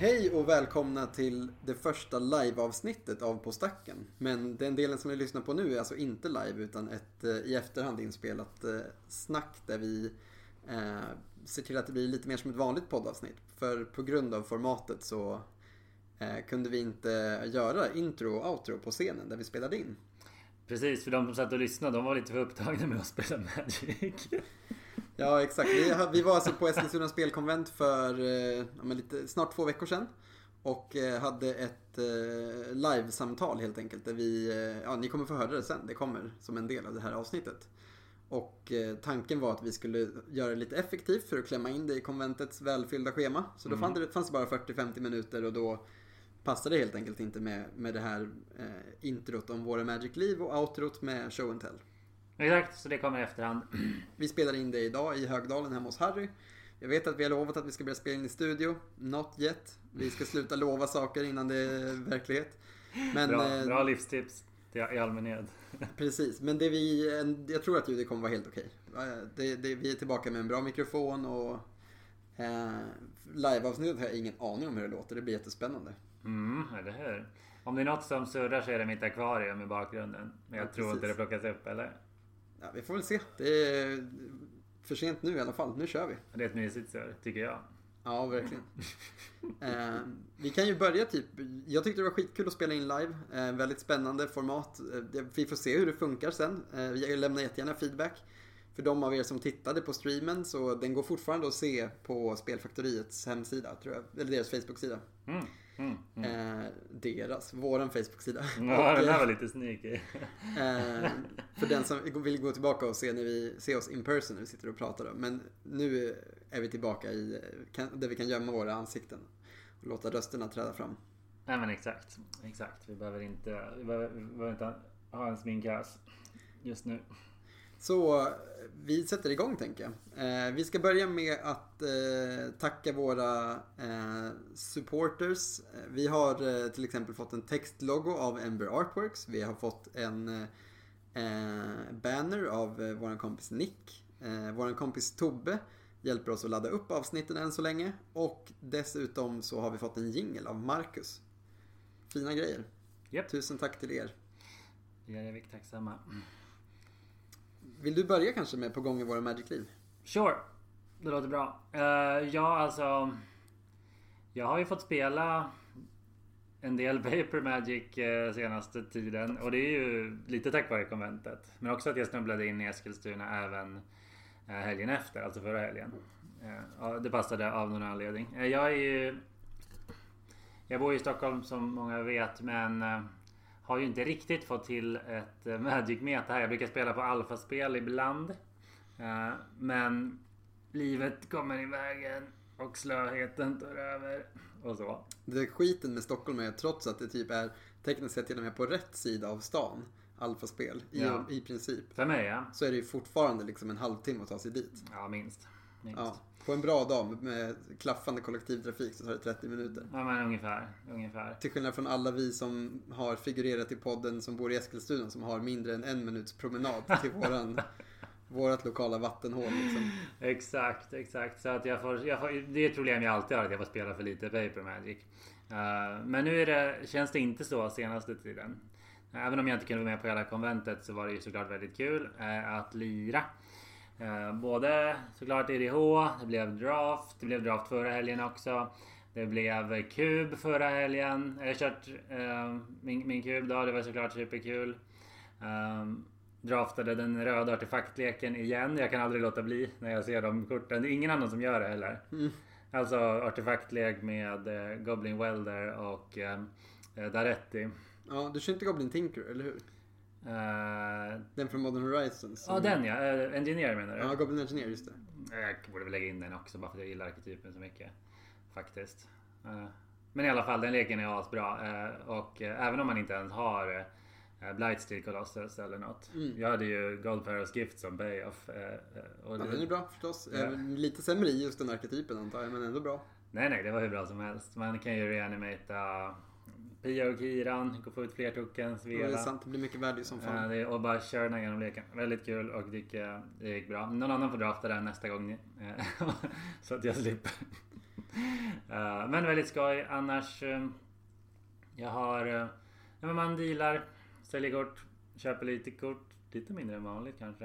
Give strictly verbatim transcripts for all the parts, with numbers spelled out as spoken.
Hej och välkomna till det första live-avsnittet av På stacken. Men den delen som ni lyssnar på nu är alltså inte live utan ett eh, i efterhand inspelat eh, snack där vi eh, ser till att det blir lite mer som ett vanligt poddavsnitt. För på grund av formatet så eh, kunde vi inte göra intro och outro på scenen där vi spelade in. Precis, för de som satt och lyssnade, de var lite för upptagna med att spela Magic. Ja, exakt. Vi, vi var alltså på Eskilstuna spelkonvent för eh, ja, lite, snart två veckor sedan. Och eh, hade ett eh, live-samtal helt enkelt. Där vi, eh, ja, ni kommer få höra det sen. Det kommer som en del av det här avsnittet. Och eh, tanken var att vi skulle göra det lite effektivt för att klämma in det i konventets välfyllda schema. Så då mm. fanns, det, fanns det bara fyrtio till femtio minuter och då passade det helt enkelt inte med, med det här eh, introt om våra Magic-liv och outrot med show and tell. Exakt, så det kommer i efterhand. Vi spelar in det idag i Högdalen hemma hos Harry. Jag vet att vi har lovat att vi ska börja spela in i studio. Not yet. Vi ska sluta lova saker innan det är verklighet. Men, bra, eh, bra livstips i allmänhet. Precis, men det vi, jag tror att ljudet kommer vara helt okej. Det, det, vi är tillbaka med en bra mikrofon och eh, live-avsnittet har jag ingen aning om hur det låter. Det blir jättespännande. Mm, eller hur? Om det är något som surrar så är det mitt akvarium i bakgrunden. Men jag ja, tror precis. Inte det plockas upp, eller? Ja, vi får väl se. Det är för sent nu i alla fall. Nu kör vi. Det är ett mysigt sör, tycker jag. Ja, verkligen. eh, vi kan ju börja typ... Jag tyckte det var skitkul att spela in live. Eh, väldigt spännande format. Eh, vi får se hur det funkar sen. Eh, jag lämnar jättegärna feedback. För de av er som tittade på streamen så den går fortfarande att se på Spelfaktoriets hemsida, tror jag. Eller deras Facebook-sida. Mm, mm, mm. Eh, deras, våran Facebook-sida. Ja, och, den här var lite sneaky. eh, för den som vill gå tillbaka och se när vi ser oss in person när vi sitter och pratar. Då. Men nu är vi tillbaka i kan, där vi kan gömma våra ansikten och låta rösterna träda fram. Nej, men exakt. Exakt. Vi behöver inte, vi behöver, vi behöver inte ha en sminkas just nu. Så vi sätter igång, tänker jag. Eh, vi ska börja med att eh, tacka våra eh, supporters. Vi har eh, till exempel fått en textlogo av Ember Artworks. Vi har fått en eh, banner av eh, vår kompis Nick. Eh, vår kompis Tobbe hjälper oss att ladda upp avsnitten än så länge. Och dessutom så har vi fått en jingle av Marcus. Fina grejer. Yep. Tusen tack till er. Jag är mycket tacksamma. Vill du börja kanske med på gång i våra Magic-liv? Sure, det låter bra. Uh, ja, alltså... Jag har ju fått spela en del Paper Magic uh, senaste tiden. Och det är ju lite tack vare konventet. Men också att jag snubblade in i Eskilstuna även uh, helgen efter, alltså förra helgen. Uh, det passade av någon anledning. Uh, jag är ju... Jag bor i Stockholm som många vet, men... Uh, har ju inte riktigt fått till ett Magic-meta här. Jag brukar spela på alfaspel ibland. Uh, men livet kommer i vägen och slöheten tar över och så. Det är skiten med Stockholm är trots att det typ är tekniskt sett till och med på rätt sida av stan. Alfaspel i, ja. i princip. För mig, ja. Så är det ju fortfarande liksom en halvtimme att ta sig dit. Ja, minst. minst. Ja. På en bra dag med klaffande kollektivtrafik så tar det trettio minuter. Ja, men ungefär, ungefär. Till skillnad från alla vi som har figurerat i podden som bor i Eskilstuna som har mindre än en minuts promenad till våran, vårat lokala vattenhål. Liksom. Exakt, exakt. Så att jag får, jag får, det är ett problem jag alltid har, att jag får spela för lite Paper Magic. Uh, men nu är det, känns det inte så senaste tiden. Även om jag inte kunde vara med på hela konventet så var det ju såklart väldigt kul uh, att lira. Uh, både såklart E D H, det blev draft, det blev draft förra helgen också. Det blev kub förra helgen. Jag har kört uh, min, min kub då, det var såklart superkul. Uh, draftade den röda artefaktleken igen. Jag kan aldrig låta bli när jag ser de korten. Det är ingen annan som gör det heller. Mm. Alltså artefaktlek med uh, Goblin Welder och uh, Daretti. Ja, du kör inte Goblin Tinker, eller hur? Uh, den från Modern Horizons. Ja, den ja. Uh, Engineer menar du? Ja, Goblin Engineer, just det. Jag borde väl lägga in den också bara för att jag gillar arketypen så mycket. Faktiskt. Uh, men i alla fall, den leken är asbra. Uh, och uh, även om man inte ens har uh, Blightsteel Colossus eller något. Mm. Jag hade ju Goldfarrows Gift som payoff. Uh, och ja, det... den är bra förstås. Uh, Lite sämre i just den arketypen antar jag, men ändå bra. Nej, nej, det var hur bra som helst. Man kan ju reanimata Pia och Kiran, gå få ut fler tokens. Ja, det är sant, det blir mycket värde som fan. Uh, det är, och bara köra den här genom leken. Väldigt kul och det, det gick bra. Någon annan får drafta den nästa gång. Uh, så att jag slipper. uh, men väldigt skoj. Annars uh, jag har uh, ja, men man dealar, säljer kort, köper lite kort, lite mindre än vanligt kanske.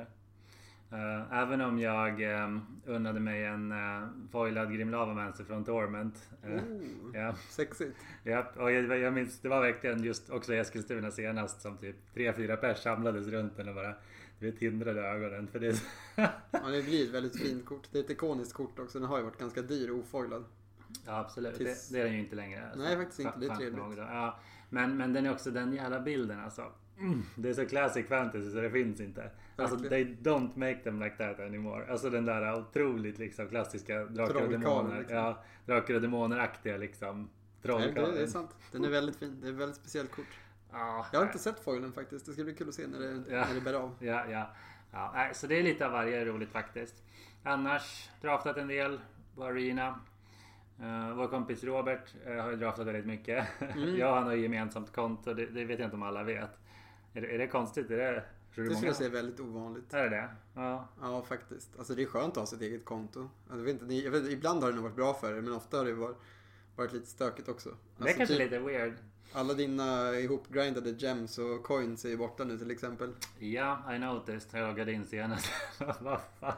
Uh, även om jag um, unnade mig en uh, foilad Grimlavamancer från Torment. Uh, oh, ja. Sexigt. Ja, och jag, jag minns, det var verkligen just också i Eskilstuna senast som typ tre fyra pers samlades runt den och bara du vet, hindrade ögonen för det. Ja, det blir ett väldigt fint kort. Det är ett ikoniskt kort också. Den har ju varit ganska dyr och ofoilad. Ja, absolut. Tills... Det, det är den ju inte längre. Alltså. Nej, faktiskt inte. Det är trevligt. Ja, men, men den är också den jävla bilden alltså. Mm, det är så classic fantasy så det finns inte. Alltså, they don't make them like that anymore. Alltså den där otroligt liksom klassiska drakar och demoner. Liksom. Ja, drakar och demoner-aktiga liksom. Nej, det, det är sant. Den är väldigt fin. Det är ett väldigt speciellt kort. Ah, jag har inte sett foilen faktiskt. Det ska bli kul att se när det, ja. när det bär av. Ja, ja. Ja, nej, så det är lite av varje roligt faktiskt. Annars draftat en del på Arena. Uh, vår kompis Robert uh, har ju draftat väldigt mycket. Mm. Jag och han har ju gemensamt konto. Det, det vet jag inte om alla vet. Är det, är det konstigt? Är det, det skulle jag säga är väldigt ovanligt. Är det det? Ja. Ja, faktiskt. Alltså det är skönt att ha sitt eget konto. Alltså, jag vet inte, jag vet, ibland har det nog varit bra för det, men ofta har det varit, varit lite stökigt också. Alltså, det är kanske typ, lite weird. Alla dina ihopgrindade gems och coins är ju borta nu till exempel. Ja, I noticed. Jag loggade in senast. Vad fan?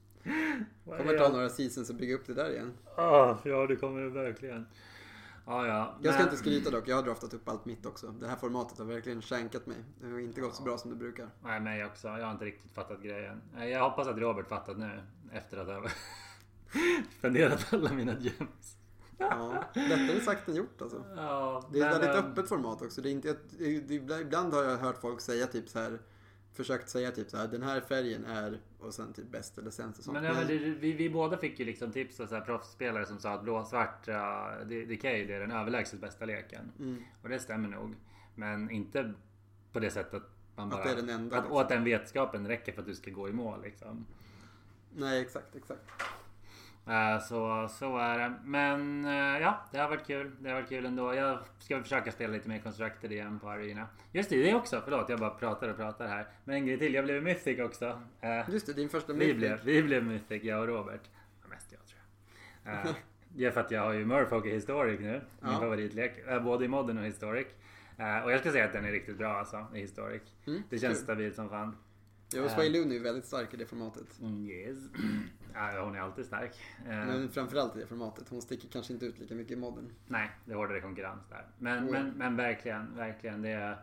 Kommer ta några seasons och bygga upp det där igen. Oh, ja, det kommer det verkligen. Ah, ja. Jag ska men... inte skryta dock. Jag har draftat upp allt mitt också. Det här formatet har verkligen skänkat mig. Det har inte gått så bra som det brukar. Nej, mig också. Jag har inte riktigt fattat grejen. Jag hoppas att Robert fattat nu. Efter att ha spenderat alla mina gems. Ja, lättare sagt än gjort alltså. Ja, det är ett men, väldigt öppet format också. Det är inte, det är, ibland har jag hört folk säga typ så här, försökt säga typ så här, den här färgen är och sen typ bäst eller sämst och sånt. Men, men det, vi, vi båda fick ju liksom tips av så här proffsspelare som sa att blå-svart uh, Decay det är den överlägset bästa leken. Mm. Och det stämmer nog. Men inte på det sättet att man bara... Att det är den enda. Att, och att den vetskapen räcker för att du ska gå i mål liksom. Nej, exakt, exakt. Uh, så, så är det. Men uh, ja, det har varit kul. Det har varit kul ändå. Jag ska försöka spela lite mer Constructed igen på Arena. Just det, det också. Förlåt, jag bara pratar och pratar här. Men en grej till, jag blev Mythic också. Uh, Just det, din första Mythic. Vi blev, vi blev Mythic, jag och Robert. Mest jag tror jag. Uh, ja, för att jag har ju Murfolk i Historic nu. Min ja. favoritlek. Uh, både i Modern och Historic. Uh, och jag ska säga att den är riktigt bra alltså, i Historic. Mm, det känns kul. Stabilt som fan. Ja, och Swailun är ju väldigt stark i det formatet. Mm, yes. Ja, hon är alltid stark. Men framförallt i det formatet. Hon sticker kanske inte ut lika mycket i modden. Nej, det är hårdare konkurrens där. Men, oh. men, men verkligen, verkligen. Det är...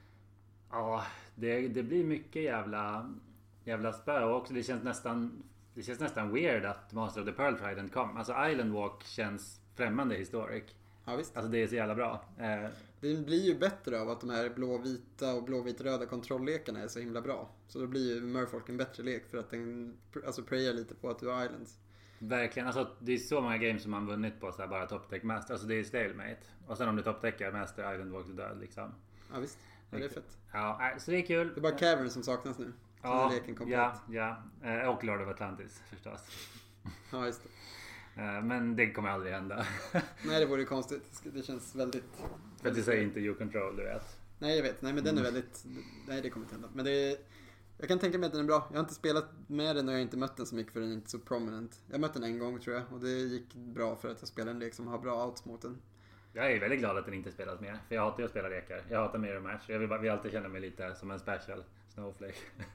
Ja, det, det blir mycket jävla, jävla spö. Och också det känns nästan... Det känns nästan weird att Master of the Pearl Trident kom. Alltså Island Walk känns främmande historic. Ja, visst. Alltså det är så jävla bra. Eh, det blir ju bättre av att de här blåvita och blåvitröda kontrolllekarna är så himla bra. Så då blir ju Murfolk en bättre lek för att den alltså preyar lite på att du har Islands. Verkligen, alltså det är så många games som man vunnit på så här, bara top-deck master. Alltså det är stalemate. Och sen om du top-deckar master Island Walk är död liksom. Ja visst, ja, det är fett. Ja, så det är kul. Det är bara Cavern som saknas nu. Ja, leken ja, ja. Och Lord of Atlantis förstås. Ja, just det. Men det kommer aldrig hända. Nej, det vore ju konstigt. Det känns väldigt... För att du säger inte You Control, du vet. Nej, jag vet. Nej, men den är väldigt... Nej, det kommer inte hända. Men det är... Jag kan tänka mig att den är bra. Jag har inte spelat med den och jag har inte mött den så mycket för den är inte så prominent. Jag mötte den en gång tror jag. Och det gick bra för att jag spelade en lek som har bra outs mot den. Jag är väldigt glad att den inte spelas mer. För jag hatar ju att spela lekar. Jag hatar mirror match. Jag vill, vill alltid känna mig lite som en special snowflake.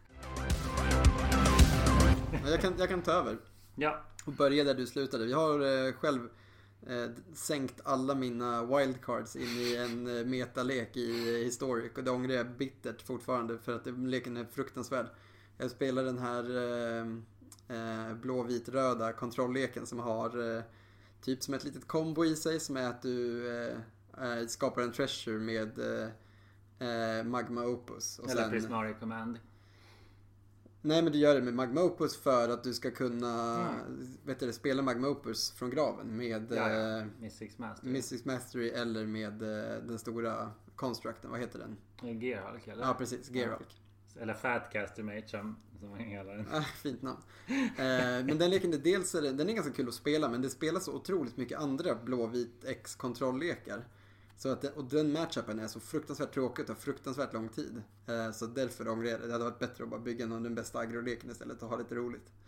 jag, kan, jag kan ta över. Ja. Och börja där du slutade. Jag har eh, själv eh, sänkt alla mina wildcards in i en eh, metalek i Historic. Och det ångrar jag bittert fortfarande för att det, leken är fruktansvärd. Jag spelar den här eh, eh, blå-vit-röda kontrollleken som har eh, typ som ett litet kombo i sig som är att du eh, eh, skapar en treasure med eh, eh, Magma Opus. Och eller sen, Prismari Command. Nej, men du gör det med Magma Opus för att du ska kunna mm. vet du, spela Magma Opus från graven med ja, ja. Eh, Mystics Mastery. Mystics Mastery eller med eh, den stora constructen, vad heter den? Gearhulk eller? Ja, precis, Gearhulk. Ja. Eller Fatcaster Mage som, som hela den. Ah, fint namn. eh, men den leken, är dels är det, den är ganska kul att spela, men det spelas så otroligt mycket andra blåvit X-kontrolllekar. Så att det, och den matchupen är så fruktansvärt tråkigt och fruktansvärt lång tid. Eh, så därför ångrar jag det. Det hade varit bättre att bara bygga någon den bästa agroleken istället och ha lite roligt.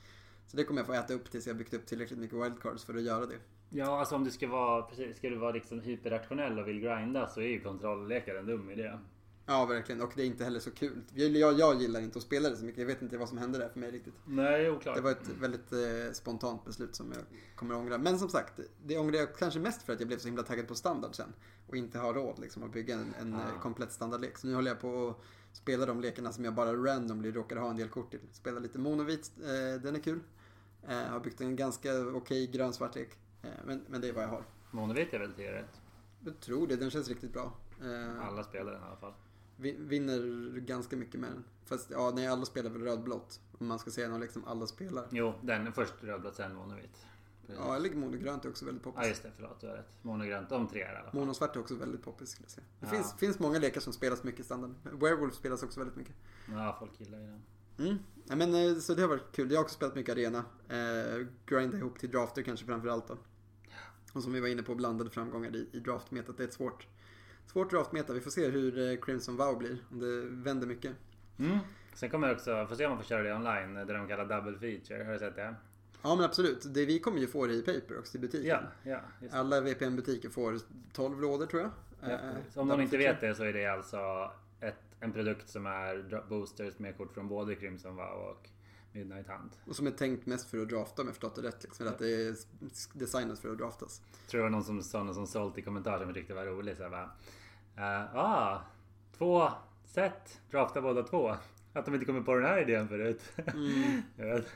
Så det kommer jag få äta upp tills jag byggt upp tillräckligt mycket wildcards för att göra det. Ja, alltså om du ska vara, precis, ska du vara liksom hyperrationell och vill grinda så är ju kontrolllekar en dum idé. Ja, verkligen. Och det är inte heller så kul. Jag, jag gillar inte att spela det så mycket. Jag vet inte vad som hände där för mig riktigt. Nej, oklart. Det var ett väldigt eh, spontant beslut som jag kommer att ångra. Men som sagt, det ångrar jag kanske mest för att jag blev så himla taggad på standard sen. Och inte har råd liksom, att bygga en, en ah. komplett standardlek. Så nu håller jag på att spela de lekarna som jag bara randomly råkar ha en del kort till. Spela lite monovit, eh, den är kul. Eh, har byggt en ganska okej okay, grön-svart lek. Eh, men, men det är vad jag har. Monovit är väl till rätt? Jag tror det, den känns riktigt bra. Eh, alla spelar den i alla fall. Vinner ganska mycket med den. Fast ja, nej, alla spelar väl rödblått. Om man ska säga någon liksom alla spelar. Jo, den först rödblått, sen monovit. Precis. Ja, eller monogrönt är också väldigt poppis. Ja, just det, förlåt, du har rätt. Monogrönt, de tre är i alla fall. Monosvart är också väldigt poppis, skulle jag säga. Det ja. finns, finns många lekar som spelas mycket i standard. Werewolf spelas också väldigt mycket. Ja, folk gillar ju den. Mm. Ja, men, så det har varit kul. Jag har också spelat mycket arena. Eh, grinda ihop till drafter kanske framförallt då. Och som vi var inne på, blandade framgångar i, i draftmetat. Det är ett svårt, svårt draftmeta. Vi får se hur eh, Crimson Vow blir. Om det vänder mycket. Mm. Sen kommer jag också, får se om man får köra det online. Det de kallar double feature. Har du sett det? Ja, men absolut. Det, vi kommer ju få det i Paper också i butiken. Ja, ja, just det. Alla V P N-butiker får tolv lådor tror jag. Ja, eh, om någon inte vet det så är det alltså ett, en produkt som är boosters med kort från både Crimson Vow och Midnight Hunt. Och som är tänkt mest för att drafta, om jag förstått det rätt. Liksom, ja. Att det är designat för att draftas. Tror jag någon som sa någon som sålt i kommentar som jag tyckte var rolig. Så jag bara, uh, ah, två set, drafta båda två. Att de inte kommer på den här idén förut. Mm. Jag vet.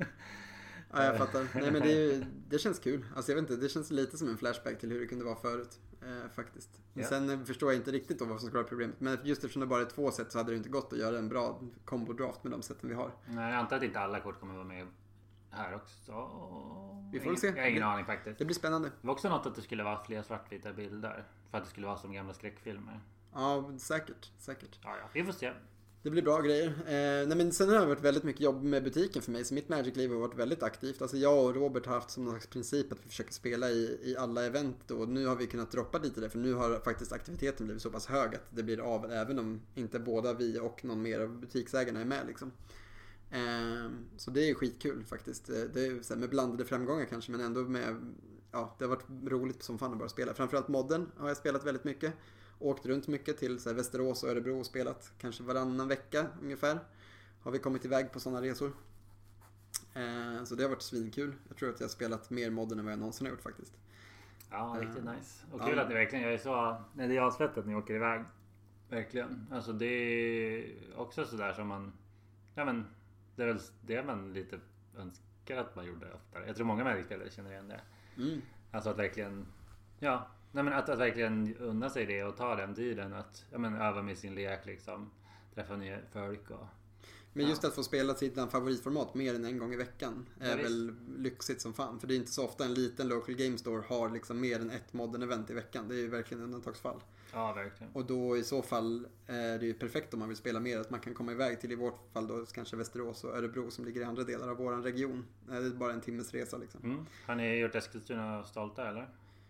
Ja, jag fattar. Nej, men det, det känns kul. Alltså jag vet inte, det känns lite som en flashback till hur det kunde vara förut. Eh, faktiskt. Men ja. Sen förstår jag inte riktigt då vad som ska vara problemet. Men just eftersom det bara är två set så hade det inte gått att göra en bra combo-draft med de sätten vi har. Nej, jag antar att inte alla kort kommer vara med här också. Vi får väl se. Jag har ingen aning faktiskt. Det blir spännande. Det var också något att det skulle vara fler svartvita bilder. För att det skulle vara som gamla skräckfilmer. Ja, säkert. Säkert. Ja, ja. Vi får se. Det blir bra grejer. Eh, nej men sen har det varit väldigt mycket jobb med butiken för mig. Så mitt Magic-liv har varit väldigt aktivt. Alltså jag och Robert har haft som någon slags princip att vi försöker spela i, i alla event. Och nu har vi kunnat droppa lite där. För nu har faktiskt aktiviteten blivit så pass hög att det blir av. Även om inte båda vi och någon mer av butiksägarna är med liksom. Eh, så det är skitkul faktiskt. Det är så här, med blandade framgångar kanske. Men ändå med, ja, det har varit roligt som fan att bara spela. Framförallt modden har jag spelat väldigt mycket. Åkt runt mycket till så här, Västerås och Örebro och spelat kanske varannan vecka ungefär. Har vi kommit iväg på sådana resor. Eh, så det har varit svinkul. Jag tror att jag har spelat mer modden än vad jag någonsin har gjort faktiskt. Ja, riktigt eh, nice. Och kul ja. Att ni verkligen, jag är så, när det är asfett att ni åker iväg. Verkligen. Alltså det är också sådär som man, ja men det är väl det man lite önskar att man gjorde oftare. Jag tror många Magic-spelare känner igen det. Mm. Alltså att verkligen, ja. Nej, men att, att verkligen unna sig det och ta den tiden att ja, men, öva med sin lek liksom, träffa nya folk och, men just ja. Att få spela sitt favoritformat mer än en gång i veckan är ja, väl lyxigt som fan, för det är inte så ofta en liten local game store har liksom mer än ett modern event i veckan. Det är ju verkligen undantagsfall. Ja, verkligen. Och då i så fall är det ju perfekt om man vill spela mer, att man kan komma iväg till, i vårt fall då kanske Västerås och Örebro som ligger i andra delar av våran region. Det är bara en timmes resa liksom. Mm. Har ni gjort Eskilstuna stolta eller?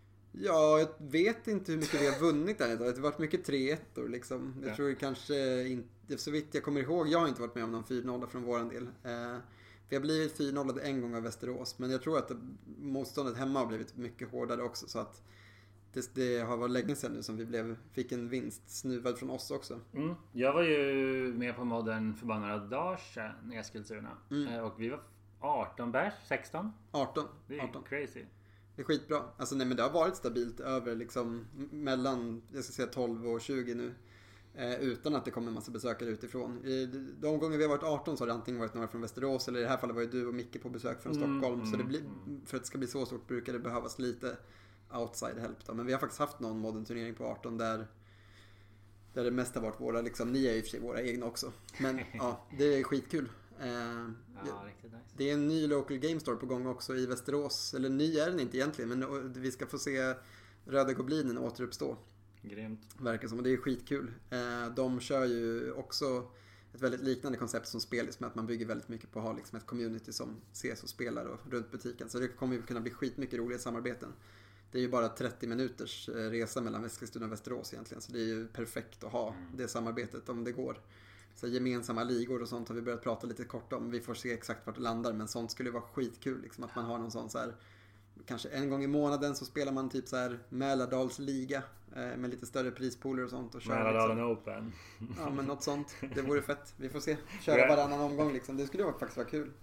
Ja, jag vet inte hur mycket vi har vunnit där. Det har varit mycket tre ettor liksom. Jag ja. tror kanske inte, så vitt jag kommer ihåg, jag har inte varit med om någon fyra noll från våran del. Eh, vi har blivit fyra noll en gång av Västerås, men jag tror att motståndet hemma har blivit mycket hårdare också, så att det, det har varit länge sedan nu som vi blev, fick en vinst snuvad från oss också. Mm. Jag var ju med på modden för bara några dagar sedan i Eskilstuna. Mm. Eh, och vi var arton bärs, sexton. arton. Det är arton. Crazy. Det är skitbra. Alltså nej, men det har varit stabilt över liksom mellan, jag ska säga tolv och tjugo nu. Eh, utan att det kommer en massa besökare utifrån. I de gånger vi har varit arton så har det antingen varit några från Västerås, eller i det här fallet var ju du och Micke på besök från mm, Stockholm. Mm, så det blir, för att det ska bli så stort brukar det behövas lite outside help då. Men vi har faktiskt haft någon modern turnering på arton där där det mest har varit våra, liksom, ni är ju för sig våra egna också. Men ja, det är skitkul. Uh, ja, riktigt nice. Det är en ny local game store på gång också i Västerås. Eller ny är den inte egentligen, men vi ska få se Röda Goblinen återuppstå. Grymt. Verkar som, och det är skitkul. uh, De kör ju också ett väldigt liknande koncept som Spelis, med att man bygger väldigt mycket på att ha liksom ett community som ses och spelar och runt butiken. Så det kommer ju kunna bli skitmycket roliga samarbeten. Det är ju bara trettio minuters resa mellan Eskilstuna och Västerås egentligen. Så det är ju perfekt att ha mm. det samarbetet om det går. så här, gemensamma ligor och sånt har vi börjat prata lite kort om. Vi får se exakt vart det landar, men sånt skulle vara skitkul liksom, att man har någon sån så här, kanske en gång i månaden så spelar man typ så här Mälardalsliga eh, med lite större prispooler och sånt och kör Mälardalen liksom. Open. Ja, men något sånt. Det vore fett. Vi får se. Köra varannan omgång liksom. Det skulle faktiskt vara kul.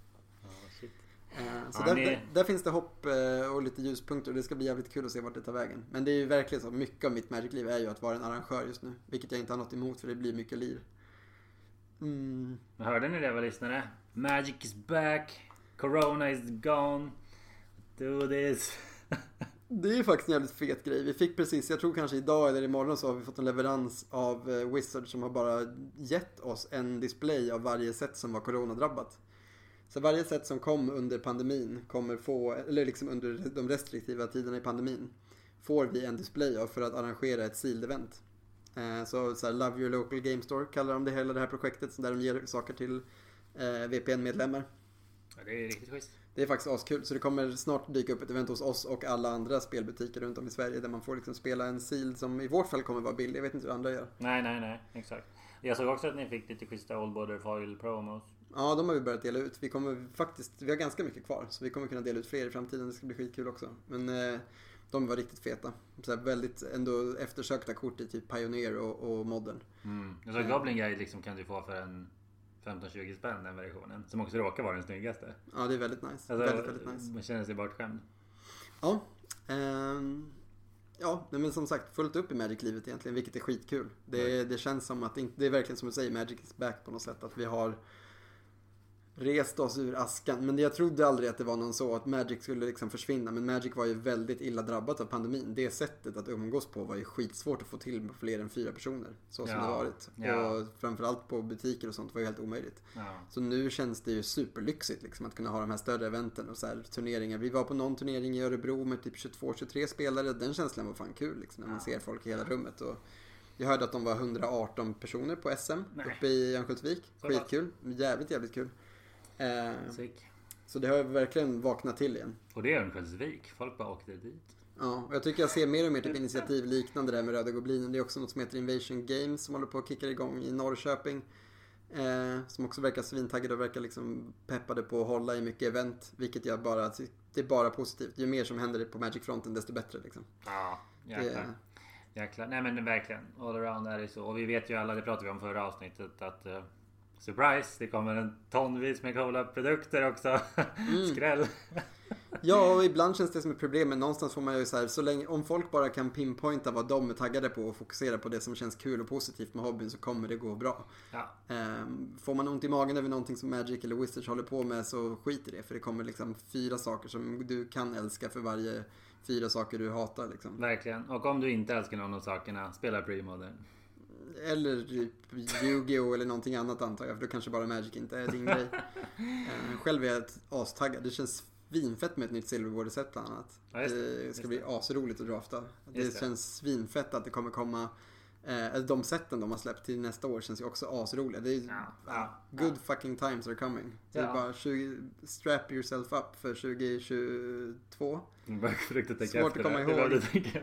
Så ja, där, ni... där, där finns det hopp och lite ljuspunkter och det ska bli jävligt kul att se vart det tar vägen. Men det är ju verkligen så, mycket av mitt Magic-liv är ju att vara en arrangör just nu. Vilket jag inte har något emot för det blir mycket lir. Mm. Hörde ni det, var lyssnare? Magic is back. Corona is gone. Do this. Det är faktiskt en jävligt fet grej. Vi fick precis, jag tror kanske idag eller imorgon så har vi fått en leverans av Wizards som har bara gett oss en display av varje set som var coronadrabbat. Så varje set som kom under pandemin kommer få, eller liksom under de restriktiva tiderna i pandemin, får vi en display av för att arrangera ett sealed event. Så, så här, Love Your Local Game Store kallar de det hela det här projektet, där de ger saker till eh, V P N-medlemmar. Ja, det är riktigt schysst. Det är faktiskt askul, så det kommer snart dyka upp ett event hos oss och alla andra spelbutiker runt om i Sverige där man får liksom spela en sealed som i vårt fall kommer vara billig. Jag vet inte hur andra gör. Nej, nej, nej, exakt. Jag såg också att ni fick lite schyssta Old Border Foil promos. Ja, de har vi börjat dela ut. Vi kommer faktiskt, vi har ganska mycket kvar, så vi kommer kunna dela ut fler i framtiden. Det ska bli skitkul också. Men eh, de var riktigt feta. Så här, väldigt ändå eftersökta kort i typ Pioneer och, och Modern. Mm. Jag såg Goblin Guide liksom kan du få för en femton tjugo spänn, den versionen. Som också råkar vara den snyggaste. Ja, det är väldigt nice. Alltså, väldigt, väldigt nice. Man känner sig bortskämd. Ja. Ehm, ja, men som sagt, fullt upp i Magic-livet egentligen, vilket är skitkul. Det, det känns som att, det är verkligen som du säger, Magic is back på något sätt. Att vi har rest oss ur askan. Men jag trodde aldrig att det var någon så att Magic skulle liksom försvinna. Men Magic var ju väldigt illa drabbat av pandemin. Det sättet att umgås på var ju skitsvårt att få till med fler än fyra personer. Så som ja. det varit. Ja. Och framförallt på butiker och sånt var ju helt omöjligt. Ja. Så nu känns det ju superlyxigt liksom, att kunna ha de här större eventen och så här turneringar. Vi var på någon turnering i Örebro med typ tjugotvå tjugotre spelare. Den känslan var fan kul liksom, när man ja. ser folk i hela rummet. Och jag hörde att de var hundraarton personer på S M Nej. uppe i Örnsköldsvik. Skitkul. Jävligt, jävligt kul. Eh, så det har verkligen vaknat till igen. Och det är Örnsköldsvik. Folk bara åkte dit. Ja, och jag tycker jag ser mer och mer typ initiativ liknande där med Röda Goblinen. Det är också något som heter Invasion Games som håller på att kicka igång i Norrköping. Eh, som också verkar svintaggade och verkar liksom peppade på att hålla i mycket event. Vilket jag bara, det är bara positivt. Ju mer som händer på Magic-fronten desto bättre liksom. Ja, jäklar. Det... jäklar. Nej men verkligen. All around är det så. Och vi vet ju alla, det pratade vi om förra avsnittet, att uh... surprise, det kommer en tonvis med coola produkter också. Mm. Skräll. Ja, och ibland känns det som ett problem, men någonstans får man ju så här, så länge, om folk bara kan pinpointa vad de är taggade på och fokusera på det som känns kul och positivt med hobbyn, så kommer det gå bra. Ja. Um, får man ont i magen över någonting som Magic eller Wizards håller på med, så skit i det, för det kommer liksom fyra saker som du kan älska för varje fyra saker du hatar liksom. Verkligen, och om du inte älskar någon av sakerna, spela Pre-Modern. Eller typ Yu-Gi-Oh eller någonting annat antar jag, för då kanske bara Magic inte är din grej. uh, själv är jag ett astaggad. Det känns svinfett med ett nytt Silverboard-set bland annat. Ja, det. Det ska bli asroligt att drafta. Det, det känns svinfett att det kommer komma. Eh, de sätten de har släppt till nästa år känns ju också asroliga. Det är, ja, ja, good ja. fucking times are coming. Så ja. det är bara tjugo, strap yourself up för tjugo tjugotvå. Svårt att komma ihåg.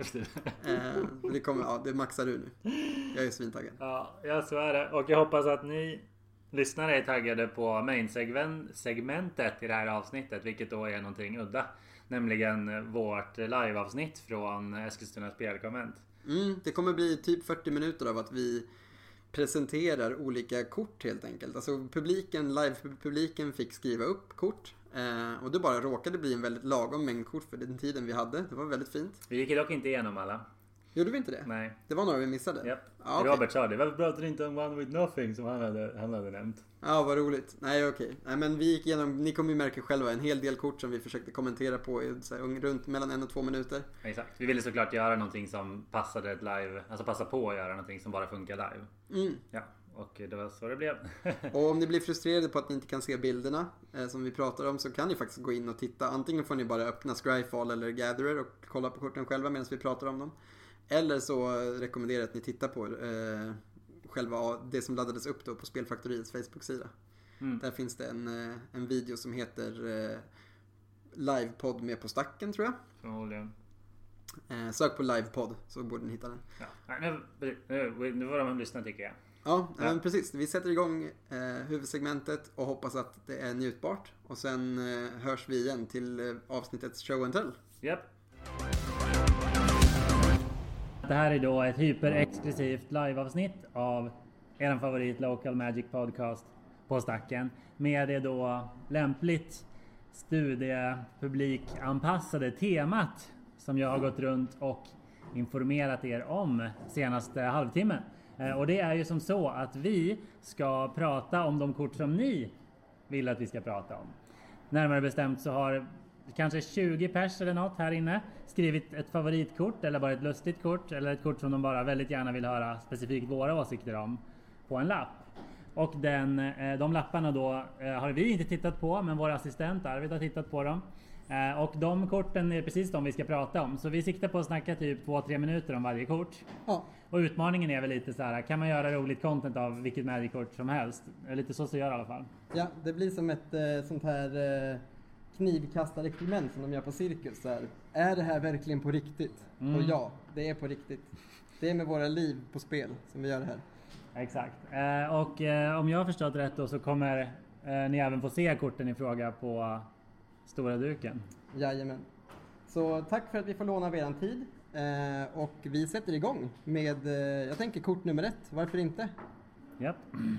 eh, det, kommer, ja, det maxar du nu. Jag är svintaggad. Ja, ja, så är det. Och jag hoppas att ni lyssnare är taggade på main-segmentet i det här avsnittet, vilket då är någonting udda. Nämligen vårt live-avsnitt från Eskilstuna spelkonvent. Mm, det kommer bli typ fyrtio minuter av att vi presenterar olika kort helt enkelt. Alltså publiken, live-publiken fick skriva upp kort. Eh, och det bara råkade bli en väldigt lagom mängd kort för den tiden vi hade. Det var väldigt fint. Vi gick dock inte igenom alla. Gjorde vi inte det? Nej. Det var några vi missade. Yep. Ja, okay. Robert sa det. Varför pratar ni inte om One with Nothing som han hade, han hade nämnt? Ja, vad roligt. Nej, okej. Okay. Nej, men vi gick igenom, ni kommer ju märka själva, en hel del kort som vi försökte kommentera på i så här, runt mellan en och två minuter. Exakt. Vi ville såklart göra någonting som passade ett live, alltså passa på att göra någonting som bara funkar live. Mm. Ja, och det var så det blev. Och om ni blir frustrerade på att ni inte kan se bilderna eh, som vi pratar om, så kan ni faktiskt gå in och titta. Antingen får ni bara öppna Scryfall eller Gatherer och kolla på korten själva medan vi pratar om dem. Eller så rekommenderar jag att ni tittar på eh, själva det som laddades upp då på Spelfaktoriets Facebook-sida. Mm. Där finns det en, en video som heter eh, Livepodd med på stacken, tror jag. Förmodligen. Eh, sök på Livepodd så borde ni hitta den. Ja. Nu, nu, nu får de lyssna, tycker jag. Ja, ja. Men precis. Vi sätter igång eh, huvudsegmentet och hoppas att det är njutbart. Och sen eh, hörs vi igen till eh, avsnittets show and tell. Japp. Det här är då ett hyperexklusivt liveavsnitt av er favorit Local Magic Podcast på Stacken. Med det då lämpligt studiepublikanpassade temat som jag har gått runt och informerat er om senaste halvtimmen. Och det är ju som så att vi ska prata om de kort som ni vill att vi ska prata om. Närmare bestämt så har kanske tjugo pers eller något här inne skrivit ett favoritkort eller bara ett lustigt kort eller ett kort som de bara väldigt gärna vill höra specifikt våra åsikter om på en lapp. Och den, de lapparna då har vi inte tittat på, men vår assistent Arvid har tittat på dem. Och de korten är precis de vi ska prata om. Så vi siktar på att snacka typ två tre minuter om varje kort. Ja. Och utmaningen är väl lite så här: kan man göra roligt content av vilket Magic-kort som helst? Lite så så gör i alla fall. Ja, det blir som ett eh, sånt här eh, knivkastarexperiment som de gör på cirkus. Så här. Är det här verkligen på riktigt? Mm. Och ja, det är på riktigt. Det är med våra liv på spel som vi gör det här. Exakt. Eh, och eh, om jag har förstått rätt då så kommer eh, ni även få se korten i fråga på stora duken. Jajamän. Så tack för att vi får låna eran tid. Eh, och vi sätter igång med, eh, jag tänker kort nummer ett. Varför inte? Japp.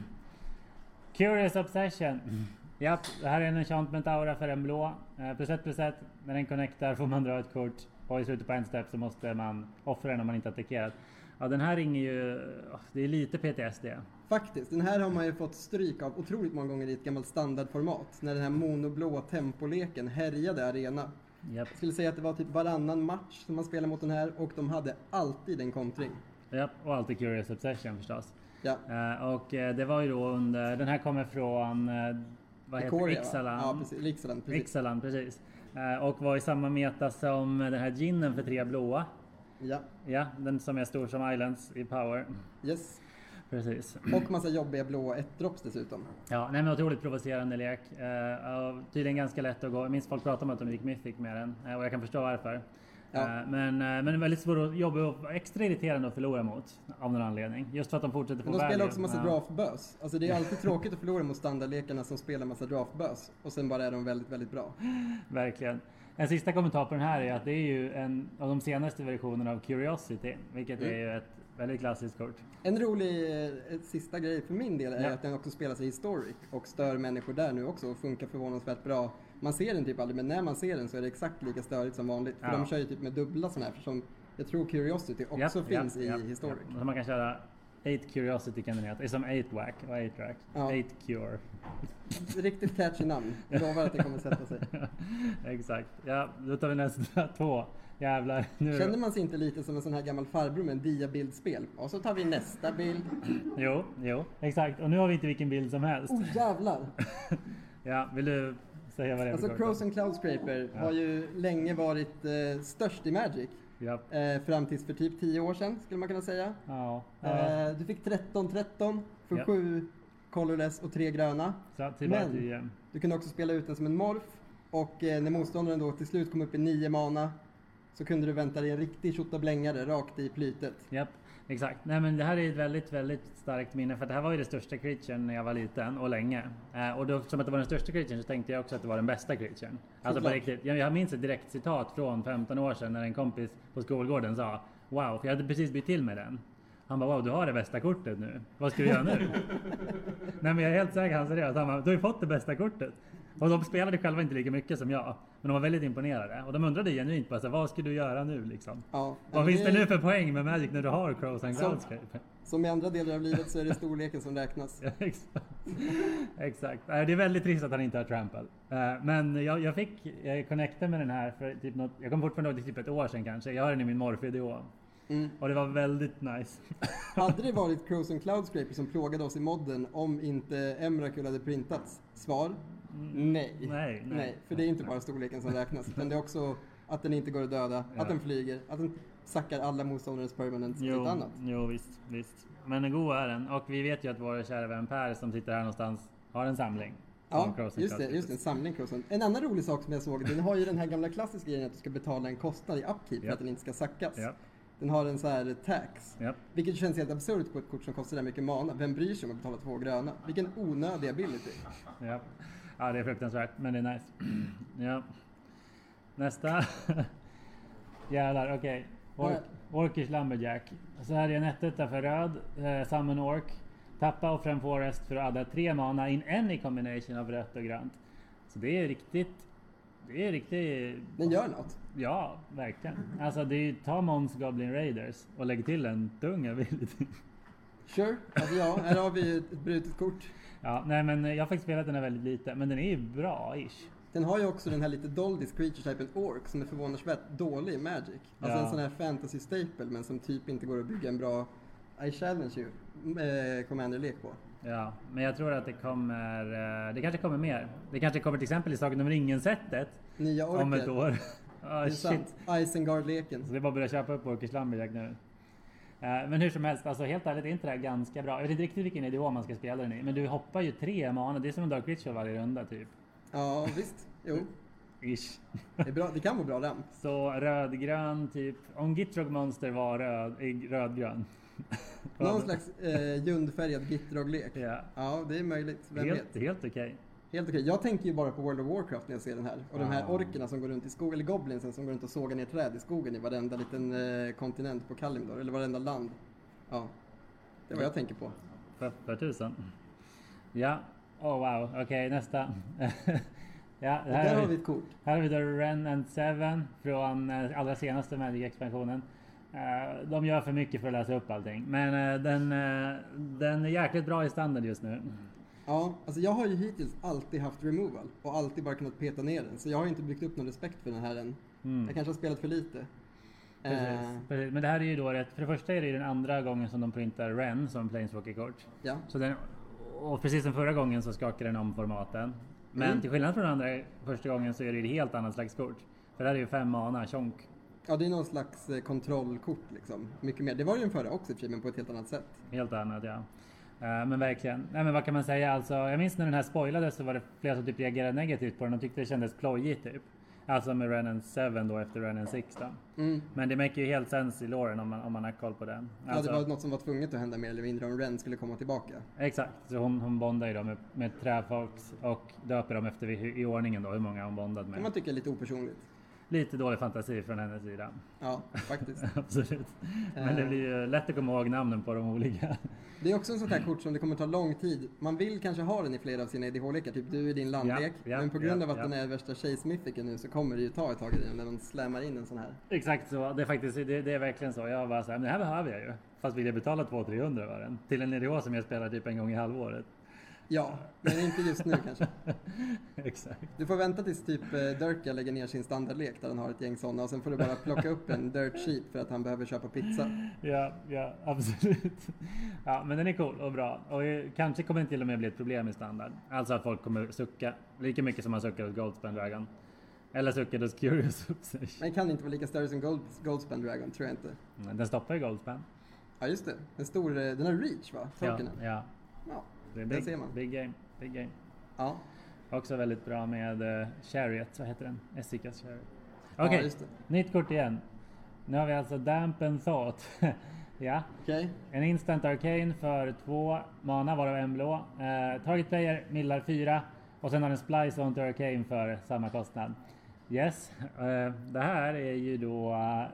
Curious Obsession. Japp, det här är en enchantment aura för en blå. Eh, plus ett plus ett. När den connectar får man dra ett kort. Och i slutet på en step så måste man offra den om man inte attackerat. Ja, den här ringer ju, det är lite P T S D. Faktiskt, den här har man ju fått stryk av otroligt många gånger i ett gammalt standardformat. När den här monoblå tempoleken härjade arena. Yep. Jag skulle säga att det var typ varannan match som man spelade mot den här. Och de hade alltid en kontring. Ja, och alltid Curious Obsession förstås. Ja. Uh, och uh, det var ju då under, den här kommer från, uh, vad heter det? Ixalan. Ja, precis. Ixalan, precis. Ixalan, precis. Uh, och var i samma meta som den här ginen för tre blåa. Ja. Ja, den som är stor som Islands i power. Yes. Precis. Och massa jobbiga blåa ett-drops dessutom. Ja, nej men otroligt provocerande lek. Uh, tydligen ganska lätt att gå. Jag minns folk pratade om att de gick mythic med den. Uh, och jag kan förstå varför. Ja. Uh, men, uh, men väldigt svår att jobba och extra irriterande att förlora mot. Av någon anledning. Just för att de fortsätter få value. De spelar också massa ja. draftbös. Alltså det är alltid tråkigt att förlora mot standardlekarna som spelar massa draftbös. Och sen bara är de väldigt, väldigt bra. Verkligen. En sista kommentar på den här är att det är ju en av de senaste versionerna av Curiosity. Vilket mm. är ju ett väldigt klassiskt kort. En rolig eh, sista grej för min del är ja. att den också spelar sig historic. Och stör människor där nu också och funkar förvånansvärt bra. Man ser den typ aldrig, men när man ser den så är det exakt lika störigt som vanligt. För ja. de kör ju typ med dubbla sådana här. För som jag tror Curiosity också ja, finns ja, i ja, historic. Ja. Så man kan köra eight Curiosity kan den heta. Det är som eight Whack och eight Rack. Ja. eight Cure. Riktigt catchy namn. Jag lovar att det kommer sätta sig. Exakt. Ja, då tar vi nästa två. Jävlar. Nu. Känner man sig inte lite som en sån här gammal farbror med en diabildspel? Och så tar vi nästa bild. Jo, jo. Exakt. Och nu har vi inte vilken bild som helst. Oh jävlar. Ja, vill du säga vad det är? Alltså Crows and Cloudscraper ja. har ju länge varit eh, störst i Magic. Ja. Eh, fram tills för typ tio år sedan skulle man kunna säga. Ja. Ja. Eh, du fick tretton tretton för ja. sju colorless och tre gröna. Så, till Men tio. Du kunde också spela ut den som en morf. Och eh, när motståndaren då till slut kom upp i nio mana så kunde du vänta dig en riktig tjottablängare rakt i plytet. Japp, exakt. Nej men det här är ett väldigt, väldigt starkt minne. För det här var ju det största creaturen när jag var liten och länge. Eh, och då, som att det var den största creaturen så tänkte jag också att det var den bästa creaturen. Alltså på riktigt. Jag, jag minns ett direkt citat från femton år sedan när en kompis på skolgården sa wow, för jag hade precis bytt till med den. Han bara wow, du har det bästa kortet nu. Vad ska du göra nu? Nej men jag är helt säker, han seriöst. Han bara, du har ju fått det bästa kortet. Och de spelade själva inte lika mycket som jag. Men de var väldigt imponerade. Och de undrade genuint bara så, vad ska du göra nu liksom? Ja, vad finns det nu för poäng med Magic när du har Crows and Cloudscraper? Som i andra delar av livet så är det storleken som räknas. Ja, exakt. Exakt. Det är väldigt trist att han inte har trample. Men jag, jag fick jag connecta med den här för typ något, jag kom fortfarande ihåg typ ett år sedan kanske. Jag har den i min morfideo. Mm. Och det var väldigt nice. Hade det varit Crows and Cloudscraper som plågade oss i modden om inte Emrakul hade printats? Svar? Mm. Nej. Nej, nej. Nej. För det är inte bara storleken som räknas. Utan det är också att den inte går att döda, ja. Att den flyger, att den sackar alla motståndares permanents och lite annat. Jo, visst, visst. Men god är den. Och vi vet ju att vår kära vän Per som sitter här någonstans har en samling. Ja, just det, just det, en samling Crows. En annan rolig sak som jag såg, den har ju den här gamla klassiska grejen att du ska betala en kostnad i upkeep för ja. att den inte ska sackas. Ja. Den har en så här tax. Yep. Vilket känns helt absurt på ett kort som kostar där mycket mana. Vem bryr sig om att betala två gröna? Vilken onödig ability. Yep. Ja, det är fruktansvärt, men det är nice. Ja. Nästa. Jävlar, okej. Okay. Ork, Orkish Lumberjack. Så här är en ettetta för röd. Eh, Summon Ork. Tappa och fram Forest för att adda tre mana in any combination av rött och grönt. Så det är riktigt... Det är riktigt... Den gör något. Ja, verkligen. Alltså det är ju ta Mons Goblin Raiders och lägg till en tung ability. Sure. Alltså ja, här har vi ett brutet kort. Ja, nej men jag har faktiskt spelat den här väldigt lite. Men den är ju bra-ish. Den har ju också den här lite Doldis creature-typen Orc som är förvånansvärt dålig i Magic. Alltså ja. En sån här fantasy-staple men som typ inte går att bygga en bra I challenge you eh, Commander-lek på. Ja, men jag tror att det kommer, det kanske kommer mer. Det kanske kommer till exempel i Sagan om ringen-sättet. Nya orker. Om ett år. Oh, det är sant. Isengard-leken. Så det är bara att börja köpa upp Orkish Lumberjack nu. Men hur som helst, alltså helt ärligt är inte det här ganska bra. Jag vet inte riktigt vilken nivå man ska spela den i. Men du hoppar ju tre mana, det är som en Dark Ritual varje runda typ. Ja, visst. Jo. Ish. Det, är bra, det kan vara bra ramp. Så rödgrön typ, om Gitrog Monster var röd, rödgrön. Någon slags eh, ljundfärgad Gitrog-lek. Ja. Ja, det är möjligt. Vem helt, vet? Helt okej. Okay. Helt okej. Okay. Jag tänker ju bara på World of Warcraft när jag ser den här. Och ah. de här orkerna som går runt i skogen, eller goblinsen som går runt och sågar ner träd i skogen i varenda liten eh, kontinent på Kalimdor, eller varenda land. Ja, det är vad jag tänker på. För, för tusen. Ja, oh wow, okej okay, nästa. Ja, här där har vi ett kort. Här har vi då Ren and Seven från eh, allra senaste Magic-expansionen. Uh, de gör för mycket för att läsa upp allting. Men uh, den, uh, den är jäkligt bra i standard just nu. Ja, alltså jag har ju hittills alltid haft removal och alltid bara kunnat peta ner den. Så jag har inte byggt upp någon respekt för den här än. Mm. Jag kanske har spelat för lite. Precis, uh, precis. Men det här är ju då rätt, för det första är det ju den andra gången som de printar Ren som Planeswalker-kort. Ja. Så den, och precis som förra gången så skakar den om formaten. Men mm. till skillnad från den andra första gången så är det ett helt annat slags kort. För det här är ju fem mana, tjonk. Ja, det är någon slags eh, kontrollkort liksom. Mycket mer. Det var ju den förra också, men på ett helt annat sätt. Helt annat, ja. Uh, men verkligen. Nej, men vad kan man säga? Alltså, jag minns när den här spoilades så var det flera som typ reagerade negativt på den och tyckte det kändes plojigt typ. Alltså med Ren and Seven då efter Ren and Six då. Mm. Men det make ju helt sens i loren om man, om man har koll på den. Alltså, ja, det var något som var tvunget att hända mer eller mindre om Ren skulle komma tillbaka. Exakt, så hon, hon bondar ju då med, med träfolks och döper dem efter i, i ordningen då hur många hon bondat med. Kan man tycka är lite opersonligt. Lite dålig fantasi från hennes sida. Ja, faktiskt. Absolut. Men det blir ju lätt att komma ihåg namnen på de olika. Det är också en sån här kort som det kommer ta lång tid. Man vill kanske ha den i flera av sina E D H-lekar. Typ du i din landlek. Ja, ja, men på grund ja, av att ja. den är värsta tjejsmythiken nu så kommer det ju ta ett tag i den när de slämmar in en sån här. Exakt så. Det är faktiskt det, det är verkligen så. Jag bara så här, men det här behöver jag ju. Fast vill jag betala två till trehundra var den. Till en E D H som jag spelar typ en gång i halvåret. Ja, men inte just nu kanske. Exakt. Du får vänta tills typ Dirka lägger ner sin standardlek där han har ett gäng sådana och sen får du bara plocka upp en dirt sheet för att han behöver köpa pizza. Ja, ja, absolut. Ja, men den är cool och bra. Och kanske kommer det till och med bli ett problem i standard. Alltså att folk kommer sucka lika mycket som man suckar hos Goldspan Dragon. Eller suckar hos Curious Obsession. Men kan inte vara lika större som Gold, Goldspan Dragon, tror jag inte. Den stoppar ju Goldspan. Ja, just det. Den stor, den har reach va? Tokenen. Ja, ja. Ja. Det är big, ser man. Big game, big game. Ja. Också väldigt bra med uh, Chariot, vad heter den? Essikas Chariot. Okej, okay. Ja, nytt kort igen. Nu har vi alltså Damp and Thought. Ja. Okay. En instant arcane för två mana, varav en blå. Uh, target player millar fyra och sen har den Splice onto arcane för samma kostnad. Yes, uh, det här är ju då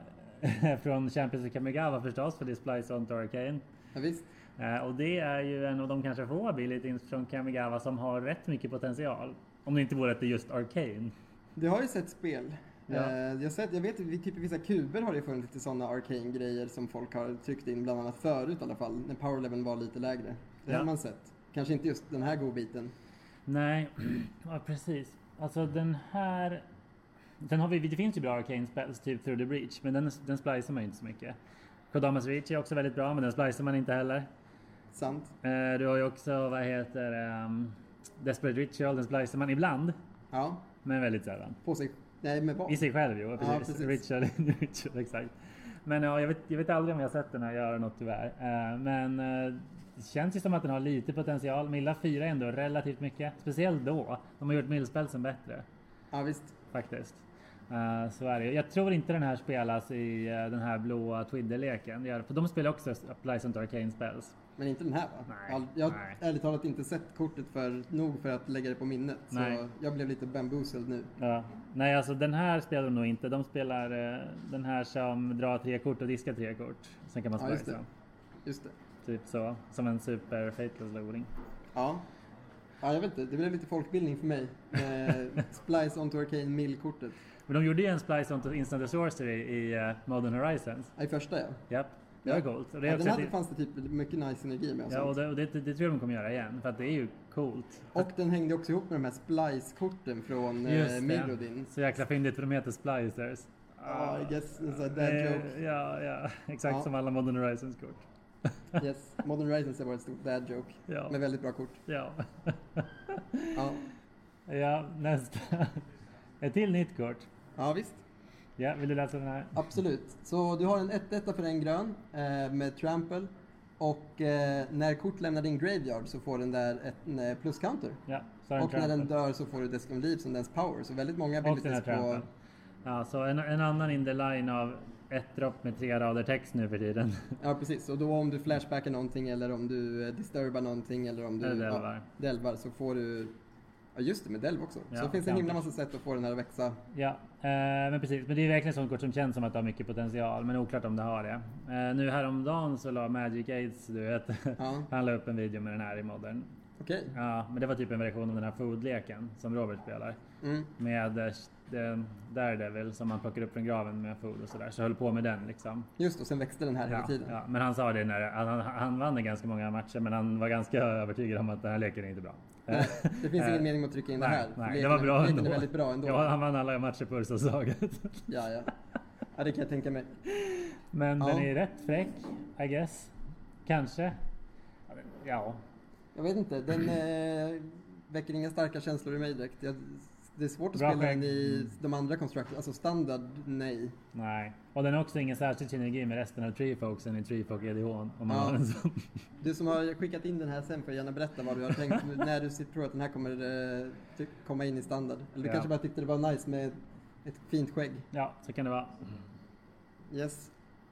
uh, från Champions of Kamigawa förstås, för det är Splice onto arcane. Ja, visst. Uh, och det är ju en av de kanske få abilities från Kamigawa som har rätt mycket potential. Om det inte vore att det är just arcane. Du har ju sett spel. Ja. Uh, jag, har sett, jag vet att typ i vissa kuber har det funnits lite sådana arcane-grejer som folk har tryckt in bland annat förut i alla fall. När power leveln var lite lägre. Det ja. har man sett. Kanske inte just den här godbiten. Nej, ja, precis. Alltså den här... Sen har vi, det finns ju bra arcane spells, typ Through the Breach. Men den, den splicar man inte så mycket. Kodamas Reach är också väldigt bra, men den splicar man inte heller. Sant. Uh, du har ju också, vad heter um, Desperate Ritual, den splicar man ibland. Ja. Men väldigt sällan. På sig, nej med vad? I sig själv, jo. Precis. Ja, precis. Ritual, ritual, exakt. Men ja, jag vet, jag vet aldrig om jag har sett den här göra något tyvärr. Uh, men uh, det känns ju som att den har lite potential. Milla fyra är ändå relativt mycket. Speciellt då. De har gjort millspelsen bättre. Ja, visst. Faktiskt. Uh, så är det. Jag tror inte den här spelas i uh, den här blåa Twiddle-leken. För de spelar också Pleasant Arcane Spells. Men inte den här va? Nej, jag har nej. ärligt talat inte sett kortet för nog för att lägga det på minnet. Nej. Så jag blev lite bamboozled nu. Ja. Nej, alltså den här spelar de nog inte. De spelar uh, den här som drar tre kort och diskar tre kort. Sen kan man ja, spela just det. Just det. Typ så. Som en super fateless loading. Ja. Ja, jag vet inte. Det blev lite folkbildning för mig. Eh, Splice onto Arcane Mill-kortet. Men de gjorde ju en Splice onto Instant Sorcery i uh, Modern Horizons. Ja, i första ja. Japp. Det var coolt. Och det ja, också den hade ett... fanns det typ mycket nice energi med. Och ja, och, det, och det, det, det tror jag de kommer göra igen. För att det är ju coolt. Och den hängde också ihop med de här Splice-korten från eh, Mirrodin. Så jäkla fyndigt för de heter Splicers. Ja, uh, I guess it's a dad joke. Ja, ja. Exakt ja. Som alla Modern Horizons-kort. Yes, Modern Horizons var ett stort dad joke. Ja. Med väldigt bra kort. Ja. ja. Ja, nästa. Ett till nytt kort. Ja, visst. Ja, vill du läsa den här? Absolut. Så du har en ett ett för en grön eh, med trample. Och eh, när kort lämnar din graveyard så får den där en eh, plus counter. Ja, så och när den dör så får du Descon Leave som dens power. Så väldigt många abilities på... Ja, så en, en annan in the line av ett dropp med tre rader text nu för tiden. Ja, precis. Och då om du flashbackar någonting eller om du disturbar någonting eller om du delvar. Ja, delvar så får du... Ja just det, med delv också. Ja, så det finns en himla massa sätt att få den här att växa. Ja, eh, men precis. Men det är verkligen sånt kort som känns som att det har mycket potential. Men oklart om det har det. Eh, nu häromdagen så la Magic Aids, du vet. Ja. Han la upp en video med den här i Modern. Okej. Okay. Ja, men det var typ en version av den här food-leken som Robert spelar. Mm. Med eh, Daredevil som man plockar upp från graven med food och sådär. Så höll på med den liksom. Just och sen växte den här ja, hela tiden. Ja, men han sa det när han, han vann ganska många matcher. Men han var ganska övertygad om att den här leken är inte bra. Nej, det finns ingen mening med att trycka in nej, det här. Nej, leken, det var bra leken ändå. är väldigt bra ändå. Ja, han vann alla matcher på Ursa-saget. ja, ja. Ja, det kan jag tänka mig. Men ja. den är rätt fräck, I guess. Kanske. Ja. Jag vet inte, den eh, väcker inga starka känslor i mig direkt. Jag, det är svårt att bra spela skägg. den i de andra constructors, alltså standard, nej. Nej, och den har också ingen särskild synergi med resten av Treefolksen i Treefolk E D H om man ja. har en sån. Du som har skickat in den här sen får gärna berätta vad du har tänkt när du tror att den här kommer eh, komma in i standard. Eller du ja. kanske bara tyckte det var nice med ett fint skägg. Ja, så kan det vara. Yes.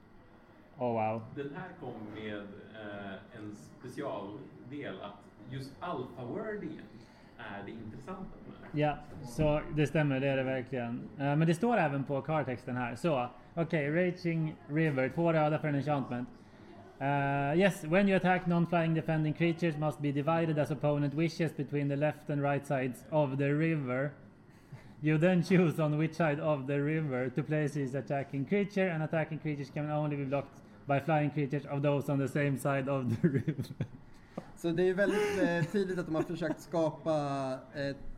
Oh wow. Den här kom med eh, en specialdel att just alpha-wordingen är det intressanta med det. Ja, så det stämmer, det är det verkligen. Uh, men det står även på cardtexten här. Så, okej, okay, Raging River, två röda för en enchantment. Uh, yes, when you attack non-flying defending creatures must be divided as opponent wishes between the left and right sides of the river. You then choose on which side of the river to place his attacking creature, and attacking creatures can only be blocked by flying creatures of those on the same side of the river. Så det är väldigt eh, tydligt att de har försökt skapa ett...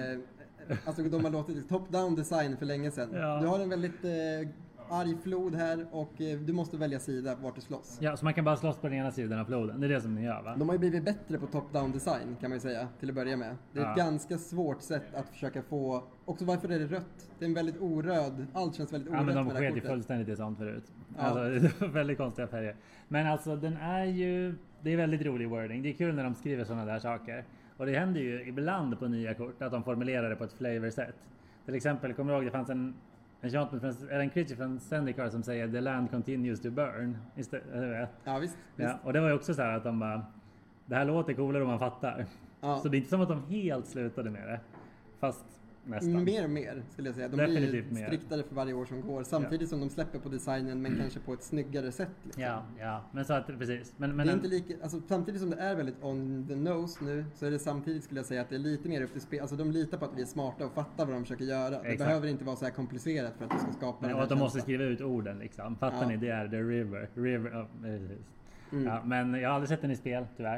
Eh, alltså de har låtit top-down design för länge sedan. Ja. Du har en väldigt eh, arg flod här och eh, du måste välja sida vart du slåss. Ja, så man kan bara slåss på den ena sidan av floden. Det är det som ni gör, va? De har ju blivit bättre på top-down design kan man ju säga till att börja med. Det är ja. ett ganska svårt sätt att försöka få... Också varför är det rött? Det är en väldigt oröd... Allt känns väldigt orött. Ja, men de med sket ju fullständigt i sånt förut. Ja. Alltså, det var väldigt konstiga färger. Men alltså den är ju... Det är väldigt rolig wording. Det är kul när de skriver sådana där saker. Och det händer ju ibland på nya kort att de formulerar det på ett flavor-sätt. Till exempel, kommer du ihåg det fanns en enchantment från, eller en creature från Zendikar som säger The land continues to burn. Istället, ja, visst, ja, visst. och det var ju också så här att de bara... Det här låter coolare om man fattar. Ja. Så det är inte som att de helt slutade med det. Fast... Nästan. Mer och mer skulle jag säga. De Definitivt blir striktare för varje år som går. Samtidigt ja. som de släpper på designen men kanske på ett snyggare sätt. Liksom. Ja, ja, men så att precis. Men, men det är en... inte lika, alltså, samtidigt som det är väldigt on the nose nu så är det samtidigt skulle jag säga att det är lite mer upp till spel. Alltså de litar på att vi är smarta och fattar vad de försöker göra. Det Exakt. behöver inte vara så här komplicerat för att det ska skapa men, den och här att de känslan. måste skriva ut orden liksom. Fattar ja. ni? Det är the river. river oh, precis. Mm. Ja, men jag har aldrig sett den i spel tyvärr.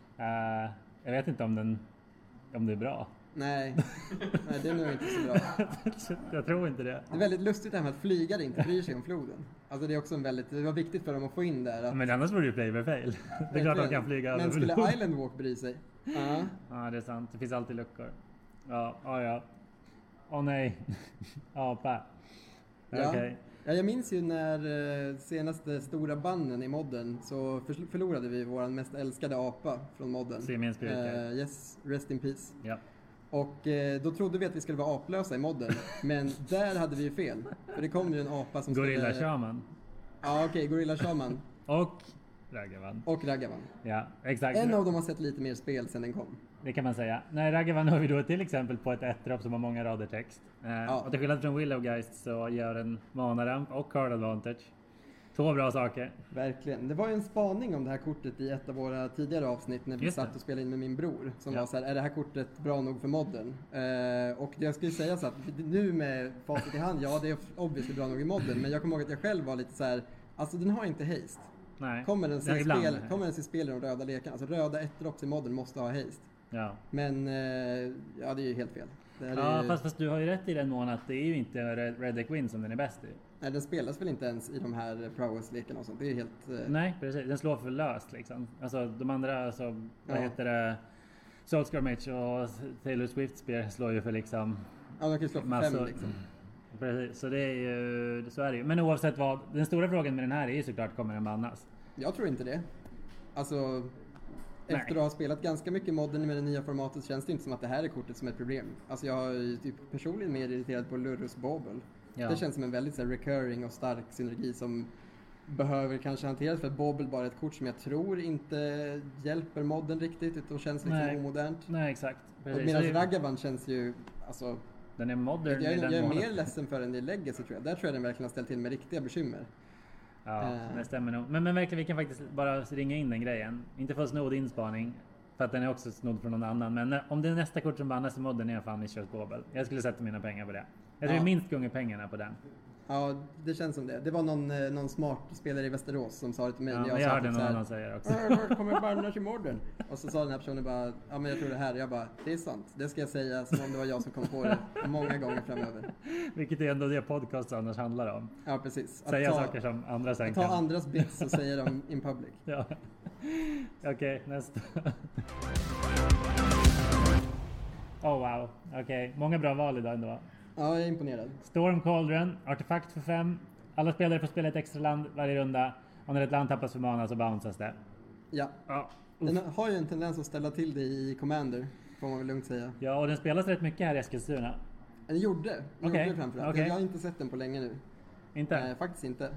Uh, jag vet inte om den om det är bra. Nej, nej det är nog inte så bra. Jag tror inte det. Det är väldigt lustigt det här med att flygare inte bryr sig om floden. Alltså det är också en väldigt, det var viktigt för dem att få in där. Att... Men annars vore det ju flavor fail. Det är klart att de kan flyga. Men skulle floden. Island Walk bry sig? Uh-huh. Ja, det är sant. Det finns alltid luckor. Ja, ja, ja. Åh nej. Apa. Ja. Okay. Ja, jag minns ju när eh, senaste stora bannen i modden så för, förlorade vi våran mest älskade apa från modden. Semian Spirit. Uh, yes, rest in peace. Ja. Och eh, då trodde vi att vi skulle vara aplösa i modden. Men där hade vi ju fel. För det kom ju en apa som Gorilla skulle... Shaman. Ja, okej. Okay, Gorilla Shaman. Och Ragavan. Och Ragavan. Ja, exakt. En av dem har sett lite mer spel sedan den kom. Det kan man säga. Nej, Ragavan har vi då till exempel på ett ett-drop som har många rader text. Eh, ja. Och till skillnad från Willowgeist så gör en mana-ramp och card advantage. Två bra saker. Verkligen. Det var ju en spaning om det här kortet i ett av våra tidigare avsnitt när vi Just satt det. och spelade in med min bror. Som Ja. var så här, är det här kortet bra nog för modden? Eh, och jag skulle säga så att nu med facit i hand, ja det är obviously bra nog i modden. Men jag kommer ihåg att jag själv var lite så här, alltså den har inte haste. Nej. Kommer den Ja, se ibland. spel, kommer den se spel i de röda lekarna? Alltså röda ett-drops i modden måste ha haste. Ja. Men eh, ja, det är ju helt fel. Det här Ja, är ju, fast, fast du har ju rätt i den mån att det är ju inte Red, Red Deck Win som den är bäst i. nej, den spelas väl inte ens i de här prowess-lekarna och sånt. Det är helt... Eh, Nej, precis. Den slår för löst liksom. Alltså de andra, alltså, vad Ja. heter det? Soul Skirmage och Taylor Swift Spear slår ju för liksom ja, de kan ju slå för massor. fem liksom. Precis, så det är ju, så är det ju. Men oavsett vad, den stora frågan med den här är ju såklart, kommer den bannas? Jag tror inte det. Alltså, Nej. efter att ha spelat ganska mycket modden med det nya formatet så känns det inte som att det här är kortet som är ett problem. Alltså jag är ju typ personligen mer irriterad på Lurrus Bobble. Ja. Det känns som en väldigt så här, recurring och stark synergi som behöver kanske hanteras för att Bobble bara är ett kort som jag tror inte hjälper modden riktigt utan känns liksom Nej. omodernt. Nej, exakt. Precis. Och medan Så det- Ragavan känns ju, alltså, Den är modern jag, i är- den jag är månaden. mer ledsen för den i Legacy tror jag. Där tror jag den verkligen har ställt till med riktiga bekymmer. Ja, Eh. det stämmer nog. Men, men verkligen, vi kan faktiskt bara ringa in den grejen. Inte för att sno din spaning, för att den är också snodd från någon annan. Men när, om det är nästa kort som bannas i modden är jag fan Mischers Bobel. Jag skulle sätta mina pengar på det. Jag tror Ja. minst gånger pengarna på den. Ja, det känns som det. Det var någon, eh, någon smart spelare i Västerås som sa det till mig. Ja, när men jag sa hörde typ någon så här, annan säga det också. "Äh, kommer bannas i modden. Och så sa den här personen bara, ja men jag tror det här. Jag bara, det är sant. Det ska jag säga som om det var jag som kom på det många gånger framöver. Vilket är ändå det podcast annars handlar om. Ja, precis. Att Säga ta, saker som andra sen att ta kan. andras bits och säga dem in public. Ja. Okej, nästa. Oh wow, okej. Många bra val idag ändå. Ja, jag är imponerad. Storm Cauldron, artefakt för fem. Alla spelare får spela ett extra land varje runda. Och när ett land tappas för mana så bounceas det. Ja. Ja, Den har ju en tendens att ställa till det i Commander, får man väl lugnt säga. ja, och den spelas rätt mycket här i Eskilstuna. Den gjorde. Den Okej, gjorde framförallt. okej. Jag har inte sett den på länge nu. Inte? Nej, faktiskt inte.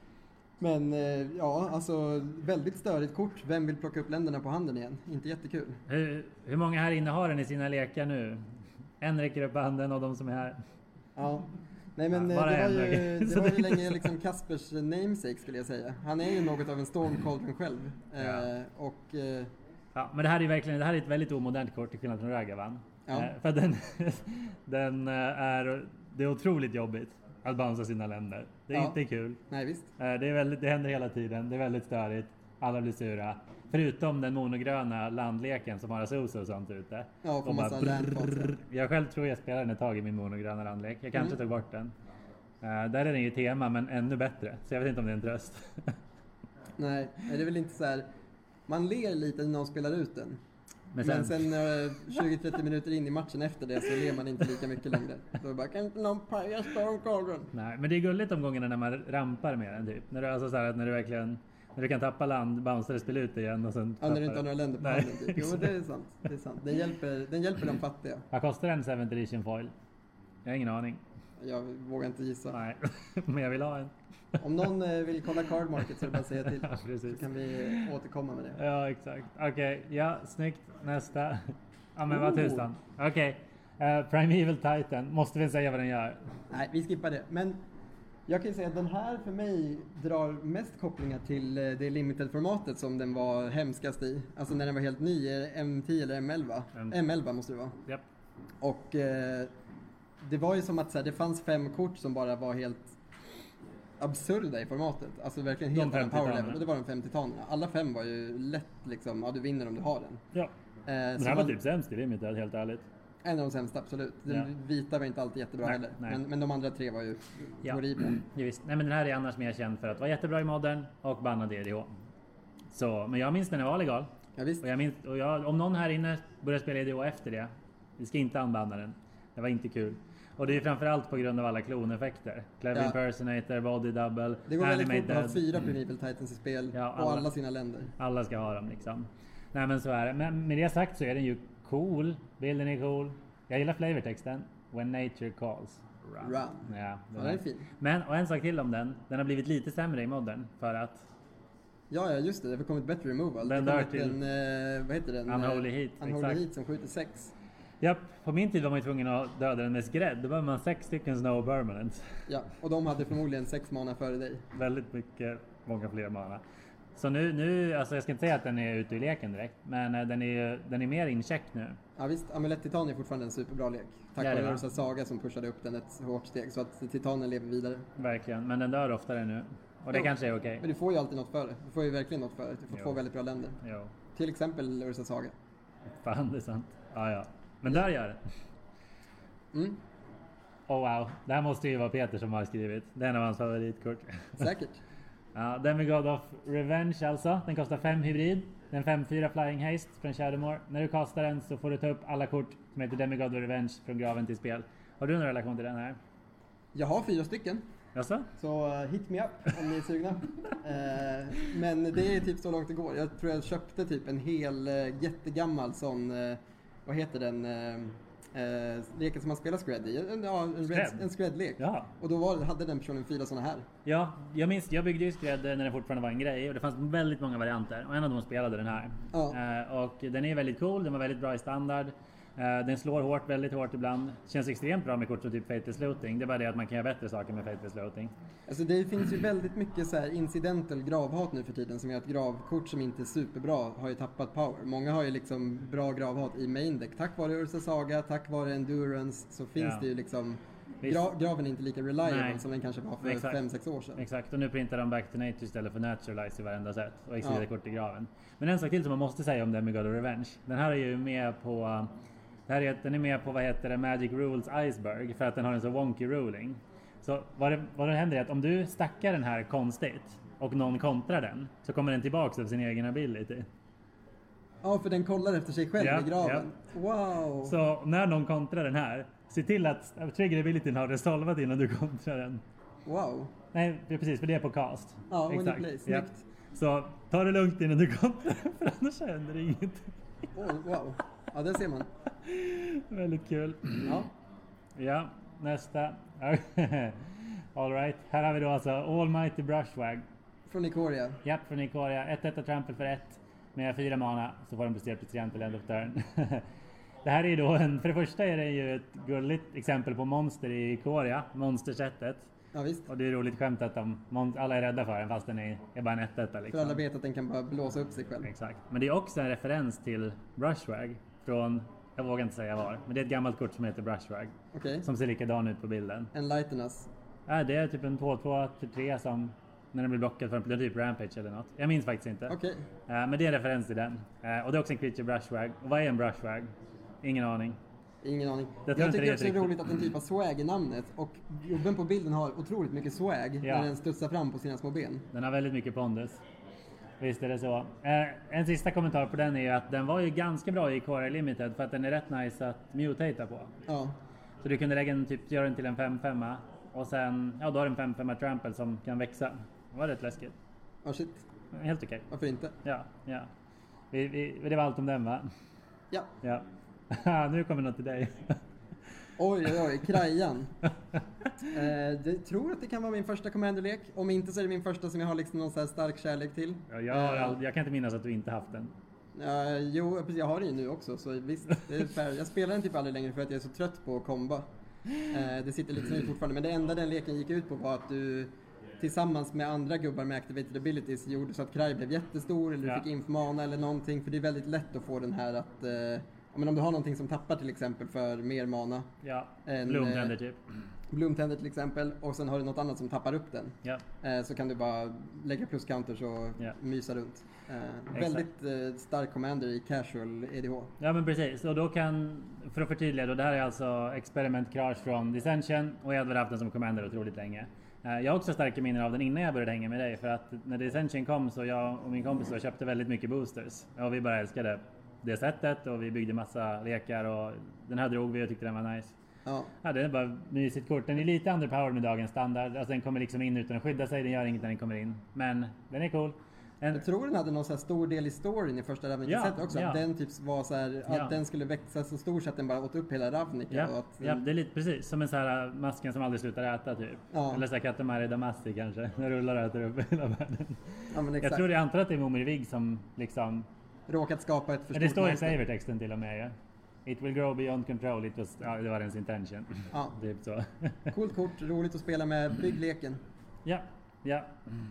Men eh, ja, alltså väldigt störigt kort. Vem vill plocka upp länderna på handen igen? Inte jättekul. Hur, hur många här inne har den i sina lekar nu? En räcker upp handen av de som är här. Ja. Nej men Ja, eh, bara det var en, ju, okej. det Så var det- ju länge liksom Kaspers namesake skulle jag säga. Han är ju något av en Storm Cauldron själv. Eh, Ja. och eh, Ja, men det här är verkligen, det här är ett väldigt omodernt kort till skillnad från Ragavan. Ja. Eh, för att den, den eh, är, det är otroligt jobbigt att bouncea sina länder. Det är Ja. inte kul. nej visst. Eh, det, är väldigt, det händer hela tiden, det är väldigt störigt. Alla blir sura. Förutom den monogröna landleken som har Azusa och sånt ute. Ja, och får Och bara massa landpots. brrrr. Jag själv tror jag spelade den ett tag i min monogröna landlek. Jag kanske Mm. tog bort den. Eh, där är den ju tema men ännu bättre. Så jag vet inte om det är en tröst. Nej, nej, det är väl inte så här. Man ler lite när någon spelar ut den. Men Men sen, sen eh, tjugo till trettio minuter in i matchen efter det så ler man inte lika mycket längre. Då bara, kan inte någon paja Storm Cauldron? nej, men det är gulligt de gångerna när man rampar med den typ. När du, alltså så här, att när du verkligen när du kan tappa land, bounce och spela ut det igen och sen Ja, när du tappar inte har det. några länder på Nej, handen typ. Jo, men det är sant. Det är sant. Den hjälper, den hjälper de fattiga. Vad kostar en seventh edition foil? Jag har ingen aning. Jag vågar inte gissa. Nej, men jag vill ha en. Om någon eh, vill kolla Card Market så är det bara att säga till. Ja, Så precis. kan vi återkomma med det. Ja, exakt. Okej, ja, snyggt. Nästa. Ja, men vad Oh. tusan. Okej, eh, Primeval Titan. Måste vi säga vad den gör? Nej, vi skippar det. Men jag kan ju säga att den här för mig drar mest kopplingar till eh, det limited-formatet som den var hemskast i. Alltså när den var helt ny, eh, M tio eller M elva. Mm. M elva måste det vara. Japp. Och eh, det var ju som att så här, det fanns fem kort som bara var helt absurda i formatet. Alltså verkligen De helt annan power femtio-tanerna. level. Och det var de femtio tanerna. Alla fem var ju lätt liksom, ja du vinner om du har den. Ja. Eh, Men så det här var man- typ sämst i limited, helt ärligt. En av de sämsta, absolut. Den Ja. vita var inte alltid jättebra Nej, heller. nej. Men, men de andra tre var ju Ja. horribla. Ja, visst. Nej, men den här är annars mer känd för att vara jättebra i modern och bannad i E D H. Så, men jag minns när den var legal. Ja, visst. Och jag minns, och jag, om någon här inne börjar spela E D H efter det, vi ska inte anbanna den. Det var inte kul. Och det är framförallt på grund av alla kloneffekter. Clever Ja. Impersonator, Body Double, Det går väldigt fort Animate att ha Dead. fyra Primeval Titans i spel Ja, på alla. alla sina länder. Alla ska ha dem liksom. Nej men så är det. Men med det sagt så är den ju cool. Bilden är cool. Jag gillar flavortexten. When nature calls. Run. Run. Ja, Ja, den är fin. Men, och en sak till om den. Den har blivit lite sämre i modern för att Ja, ja, just det. Det har kommit bättre removal. Den det har dör kommit till en, eh, vad heter den? Unholy Heat, Unholy exakt. Heat som skjuter sex. Japp, på min tid var man ju tvungen att döda den med skrädd. Då behöver man sex stycken Snow Permanents. Ja, och de hade förmodligen sex mana före dig. Väldigt mycket, många fler mana. Så nu, nu, alltså jag ska inte säga att den är ute i leken direkt, men eh, den är, den är mer incheck nu. Ja visst, Amulett Titan är fortfarande en superbra lek. Tack Ja, det vare var. Ursa Saga som pushade upp den ett hårt steg så att Titanen lever vidare. Verkligen, men den dör oftare nu. Och det Jo. kanske är okej. Men du får ju alltid något för det. Du får ju verkligen något för det. Du får Jo. två väldigt bra länder. Jo, Till exempel Ursa Saga. fan det är sant. Ja, ja. Men där gör det. Mm, Oh wow, det här måste ju vara Peter som har skrivit. Det är en av hans favoritkort. säkert. Ja, Demigod of Revenge alltså. Den kostar fem hybrid. Den fem fyra Flying Haste från Shadowmoor. När du kastar den så får du ta upp alla kort som heter Demigod of Revenge från graven till spel. Har du någon relation till den här? Jag har fyra stycken. Jaså? Så uh, hit me up om ni är sugna. uh, men det är typ så långt det går. Jag tror jag köpte typ en hel uh, jättegammal sån, uh, vad heter den, uh, uh, leken som man spelar Skred i. En- Ja, en, Skred? red, en Skred-lek. Ja. Och då var, hade den personen fyra såna här. Ja, jag minns, jag byggde ju Skred när den fortfarande var en grej och det fanns väldigt många varianter och en av dem spelade den här. Ja. Eh, och den är väldigt cool, den var väldigt bra i standard. Eh, den slår hårt, väldigt hårt ibland. Känns extremt bra med kort som typ Faithless Looting. Det är bara det att man kan göra bättre saker med Faithless Looting. Alltså det finns ju väldigt mycket så här incidental gravhat nu för tiden som gör att gravkort som inte är superbra har ju tappat power. Många har ju liksom bra gravhat i main deck. Tack vare Ursa Saga, tack vare Endurance så finns Ja. det ju liksom Visst. gra- graven är inte lika reliable Nej. som den kanske var för Exakt. fem sex år sedan. Exakt, och nu printar de Back to Nature istället för Naturalize i varenda sätt och exilerar Ja. kort i graven. Men en sak till som man måste säga om Demigod of Revenge. Den här är ju med på det här är, den är med på vad heter det, Magic Rules Iceberg för att den har en så wonky ruling. Så vad det, vad det händer är att om du stackar den här konstigt och någon kontrar den så kommer den tillbaks av sin egen ability. Ja, för den kollar efter sig själv Ja, i graven. Wow! Så när någon kontrar den här, se till att trigger abilityn har resolvat innan du kontrar den. Wow! Nej, det är precis, för det är på cast. Ja, when you Exakt. play. Ja. Snyggt. Så ta det lugnt innan du kontrar, för annars händer det inget. Oh, wow! Ja, det ser man. Väldigt kul. Ja. Ja, nästa. All right. Här har vi då alltså Almighty Brushwag. Från Ikoria. Japp, från Ikoria. ett ett trample för ett. Med fyra mana så får de prestera plus tre till end of turn. Det här är ju då en, för det första är det ju ett gulligt exempel på monster i Ikoria. Monstersättet. Ja, visst. Och det är roligt skämt att de, mon- alla är rädda för den fast den är, är bara en ett ett liksom. För alla vet att den kan bara blåsa upp sig själv. Exakt. Men det är också en referens till Brushwag från, jag vågar inte säga var, men det är ett gammalt kort som heter Brushwag. Okej. Som ser likadan ut på bilden. Enlighten us. Ja, det är typ en två två till tre som när den blir blockad för en typ Rampage eller något. Jag minns faktiskt inte. Okej. Eh, men det är en referens till den. Eh, och det är också en creature Brushwag. Och vad är en Brushwag? Ingen aning. Ingen aning. Jag Jag, tror inte tycker det är också det är riktigt. roligt att den typ har swag i namnet. Och gubben på bilden har otroligt mycket swag Ja. när den studsar fram på sina små ben. Den har väldigt mycket pondus. Visst är det så. Eh, en sista kommentar på den är ju att den var ju ganska bra i Core Limited för att den är rätt nice att mutata på. Ja. Så du kunde lägga en typ, göra den till en fem fem och sen, ja då har du en fem fem trample som kan växa. Det var rätt läskigt. Ja, shit. Helt okej. Varför inte? Ja, ja. Vi, vi, det var allt om den va? Ja. Ja. Nu kommer något till dig. Oj, oj, oj. Krajan. eh, det, tror att det kan vara min första commanderlek. Om inte så är det min första som jag har liksom någon så här stark kärlek till. Ja, jag, har all, jag kan inte minnas att du inte haft den. Uh, jo, precis, jag har det ju nu också, så visst, det är fair. Jag spelar den typ aldrig längre för att jag är så trött på att komba. Uh, det sitter liksom i fortfarande, men det enda den leken gick ut på var att du tillsammans med andra gubbar med activated abilities gjorde så att Kraj blev jättestor eller du Ja. fick infmana eller någonting, för det är väldigt lätt att få den här att uh, ja, men om du har någonting som tappar till exempel för mer mana, Ja, En, Bloomtender eh, typ. Bloomtender till exempel, och sen har du något annat som tappar upp den. Ja. Eh, så kan du bara lägga plus counters och Ja. mysa runt. Eh, Exakt. väldigt eh, stark commander i casual E D H. Ja men precis, och då kan, för att förtydliga då, det här är alltså Experiment Crash från Dissension och jag hade haft den som commander otroligt länge. Eh, Jag har också starka minnen av den innan jag började hänga med dig, för att när Dissension kom så jag och min kompis då köpte väldigt mycket boosters. Och vi bara älskade det sättet och vi byggde massa lekar och den här drog vi och tyckte den var nice. Ja. Ja, det är bara mysigt kort. Den är lite underpowered med dagens standard. Alltså den kommer liksom in utan att skydda sig. Den gör inget när den kommer in. Men den är cool. En, jag tror den hade någon så här stor del i storyn i första Ravnica-sättet ja, också. Ja. Att den typ var så här, ja. att den skulle växa så stor så att den bara åt upp hela Ravnica. Ja, och att den... ja det är lite precis som en så här masken som aldrig slutar äta typ. Ja. Eller så här Katamari Damacy kanske. Den rullar och äter upp hela världen. Ja, men jag tror det antar att det är Momirvig som liksom... råkat skapa ett för stort. Det står i savertexten till och med. Ja. It will grow beyond control. It was, ja, det var ens intention. Ja. Typ så. Coolt kort, roligt att spela med. Byggleken. Ja, ja. Mm.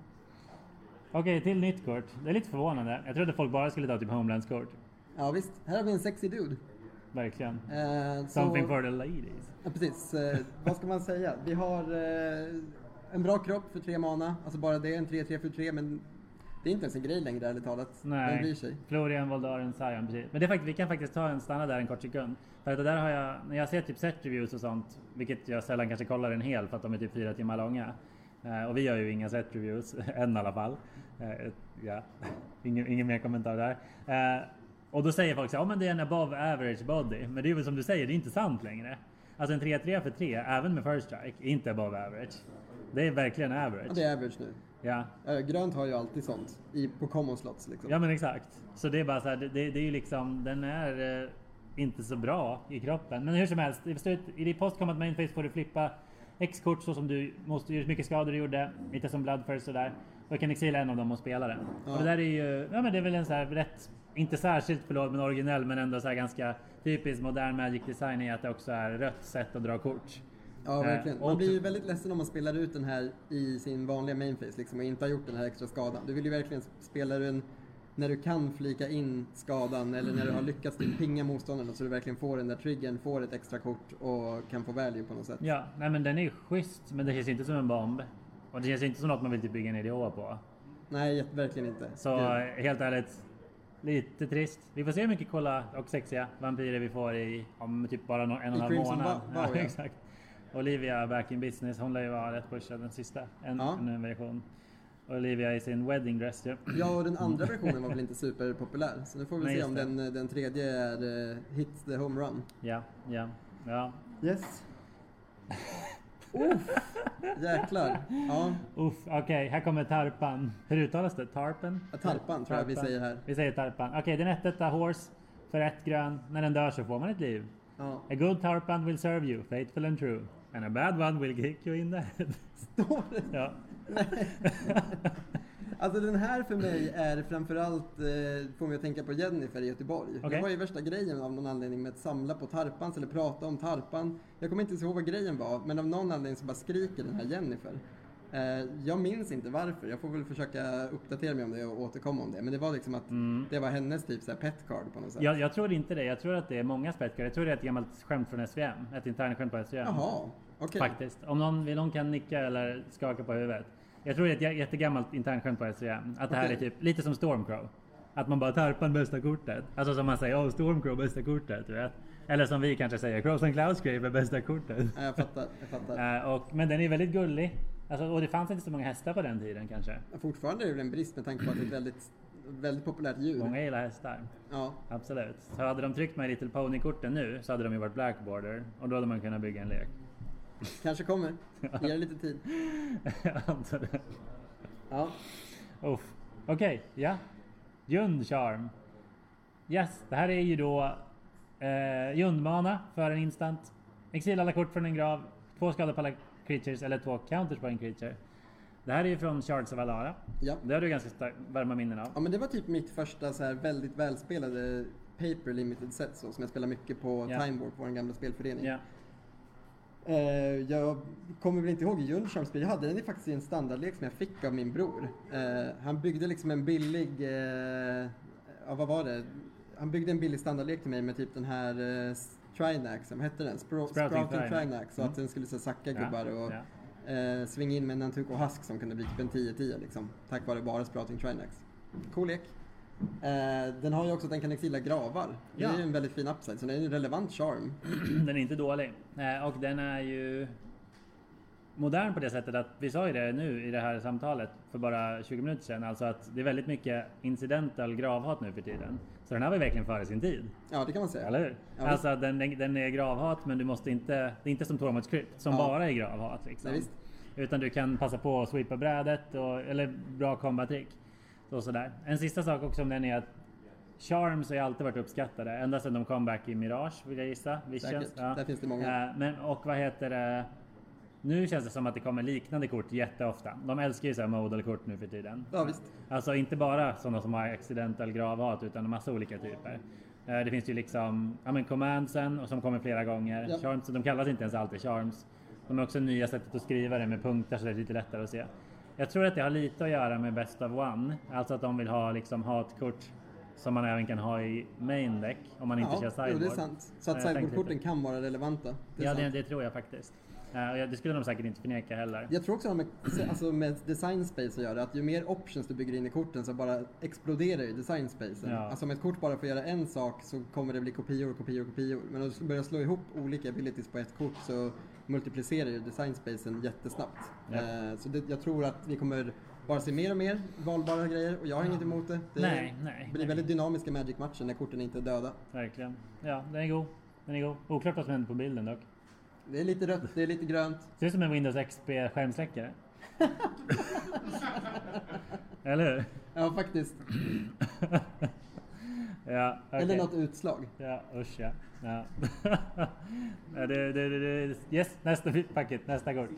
Okej, okay, till nytt kort. Det är lite förvånande. Jag trodde folk bara skulle ta typ Homelands-kort. Ja visst, här har vi en sexy dude. Verkligen. Eh, Something så... for the ladies. Ja precis. Eh, vad ska man säga? Vi har eh, en bra kropp för tre mana. Alltså bara det, en tre tre för tre, men det är inte ens en grej längre ärligt talat. Nej, den bryr sig. Florian, Voldaren, Sion, precis. Men det är faktiskt, vi kan faktiskt ta en stanna där en kort sekund. För att det där har jag, när jag ser typ set reviews och sånt, vilket jag sällan kanske kollar en hel för att de är typ fyra timmar långa. Uh, och vi gör ju inga set reviews, än i alla fall. Uh, ja, ingen, ingen mer kommentar där. Uh, och då säger folk så ja oh, men det är en above average body. Men det är väl som du säger, det är inte sant längre. Alltså en tre tre för tre, även med first strike, är inte above average. Det är verkligen average. Ja, det är average nu. Ja. Uh, grönt har ju alltid sånt i, på common slots liksom. Ja men exakt. Så det är bara så här, det, det, det är ju liksom, den är uh, inte så bra i kroppen. Men hur som helst, i din postcombat mainface får du flippa X-kort så som du måste göra mycket skador du gjorde. Lite som Bloodthirst och där. Och jag kan exila en av dem och spela den. Ja. Och det där är ju, ja men det är väl en så här rätt, inte särskilt förlåt men originell men ändå så här ganska typisk modern Magic design i att det också är rött sätt att dra kort. Ja verkligen. Man blir ju väldigt ledsen om man spelar ut den här i sin vanliga mainface liksom och inte har gjort den här extra skadan. Du vill ju verkligen spela den när du kan flika in skadan eller när du har lyckats till pinga motståndaren så du verkligen får den där triggern, får ett extra kort och kan få value på något sätt. Ja, nej men den är ju schysst men det känns inte som en bomb. Och det känns inte som något man vill typ bygga en idé på. Nej, verkligen inte. Så Gud. Helt ärligt, lite trist. Vi får se hur mycket kolla och sexiga vampyrer vi får i om typ bara en och en halv månad. Ja, ja. Exakt. Olivia back in business, hon lär ju vara rätt pushad den sista. En, ja. en version. Olivia i sin wedding dress. Ja, ja och den andra versionen var väl inte superpopulär. Så nu får vi Nej, se om den, den tredje är uh, hit the home run. Ja, ja, ja. Yes. Uff, jäklar. Ja. Uff, okej, okay. Här kommer tarpan. Hur uttalas det? Tarpen? Ja, tarpan tror jag vi säger här. Vi säger tarpan. Okej, okay, den är etta horse för ett grön. När den dör så får man ett liv. Ja. A good tarpan will serve you, faithful and true. And a bad one will kick you in the head. Står det? Ja. Alltså den här för mig är framförallt, eh, får mig att tänka på Jennifer i Göteborg. Okay. Det var ju värsta grejen av någon anledning med att samla på tarpans eller prata om tarpan. Jag kommer inte ihåg vad grejen var, men av någon anledning så bara skriker den här Jennifer. Eh, jag minns inte varför, jag får väl försöka uppdatera mig om det och återkomma om det. Men det var liksom att mm. det var hennes typ så här pet card på något sätt. Jag, jag tror inte det, jag tror att det är många pet card. Jag tror det är ett gammalt skämt från S V M, ett internskämt på S V M. Jaha, okej. Okay. Faktiskt, om någon, någon kan nicka eller skaka på huvudet. Jag tror det är ett jättegammalt internskämt på S V M. Att okay. det här är typ lite som Stormcrow. Att man bara tarpan bästa kortet. Alltså som man säger, åh oh, Stormcrow bästa kortet, du vet. Eller som vi kanske säger, Crows and Cloudsgrave är bästa kortet. Ja, jag fattar, jag fattar. uh, och, men den är väldigt gullig. Alltså, och det fanns inte så många hästar på den tiden kanske. Ja, fortfarande är det väl en brist med tanke på att det är ett väldigt, väldigt populärt djur. Många gillar hästar. Ja. Absolut. Så hade de tryckt med Little Pony-korten nu så hade de ju varit Black Border. Och då hade man kunnat bygga en lek. Kanske kommer. Ge det lite tid. Jag antar det. Ja. Okej, okay, ja. Jund Charm. Yes, det här är ju då eh, Jundmana för en instant. Exil alla kort från en grav. Två skador på alla creatures eller två counters på en creature. Det här är ju från Shards of Alara. Ja. Det har du ganska stark, varma minnen av. Ja, men det var typ mitt första så här väldigt välspelade Paper Limited set så, som jag spelar mycket på ja. Time Warp, vår gamla spelförening. Ja. Uh, jag kommer väl inte ihåg Jundcharmspel. Jag hade den faktiskt i en standardlek som jag fick av min bror. Uh, han byggde liksom en billig... Uh, ja, vad var det? Han byggde en billig standardlek till mig med typ den här uh, Trinax, vad hette den? Spro- Sprouting, Sprouting Trinax. Så mm. att den skulle så sacka gubbar ja. och ja. Uh, svinga in med en Nantuko Husk som kunde bli typ en tio tio liksom. Tack vare bara Sprouting Trinax. Cool lek. Uh, den har ju också att den kan exila gravar. Det ja. är ju en väldigt fin upside, så den är en relevant charm. Den är inte dålig. Uh, och den är ju modern på det sättet att vi sa ju det nu i det här samtalet för bara tjugo minuter sedan. Alltså att det är väldigt mycket incidental gravhat nu för tiden. Så den här var ju verkligen före sin tid. Ja, det kan man säga. Eller hur? Ja, alltså den, den är gravhat men du måste inte, det är inte som Tormod's Crypt som ja. bara är gravhat liksom. Ja, visst. Utan du kan passa på att sweepa brädet och, eller bra combat-trick. Så sådär. En sista sak också om den är att Charms har ju alltid varit uppskattade. Ända sedan de kom back i Mirage vill jag gissa. Säkert, ja. Där finns det många. Uh, men, och vad heter det? Nu känns det som att det kommer liknande kort jätteofta. De älskar ju så här modal-kort nu för tiden. Ja, visst. Alltså inte bara sådana som har accidental gravhat utan en massa olika typer. Uh, det finns ju liksom ja, men commandsen och som kommer flera gånger. Ja. Charms, de kallas inte ens alltid Charms. De är också nya sättet att skriva det med punkter så det är lite lättare att se. Jag tror att det har lite att göra med Best of One. Alltså att de vill ha liksom hatkort som man även kan ha i main deck om man inte ja, kör sideboard. Jo, det är sant. Så att sideboardkorten kan vara relevanta. Det ja, det, det tror jag faktiskt. Uh, det skulle de säkert inte förneka heller. Jag tror också att med, alltså med design space att göra, att ju mer options du bygger in i korten så bara exploderar ju design spacen. Ja. Alltså om ett kort bara får göra en sak så kommer det bli kopior, kopior, kopior. Men om du börjar slå ihop olika abilities på ett kort så multiplicerar ju design spacen jättesnabbt. Ja. Uh, så det, jag tror att vi kommer bara se mer och mer valbara grejer och jag har inget emot det. Det nej, nej, blir nej. väldigt dynamiska Magic-matcher när korten inte är döda. Verkligen. Ja, den är god. Den är god. Oklart vad som händer på bilden dock. Det är lite rött, det är lite grönt. Ser ut som en Windows X P skärmsläckare. Eller hur? Ja, faktiskt. Ja, okay. Eller något utslag. Ja, usch ja. Ja. Ja, det, det, det, det. Yes, nästa paket, nästa kort.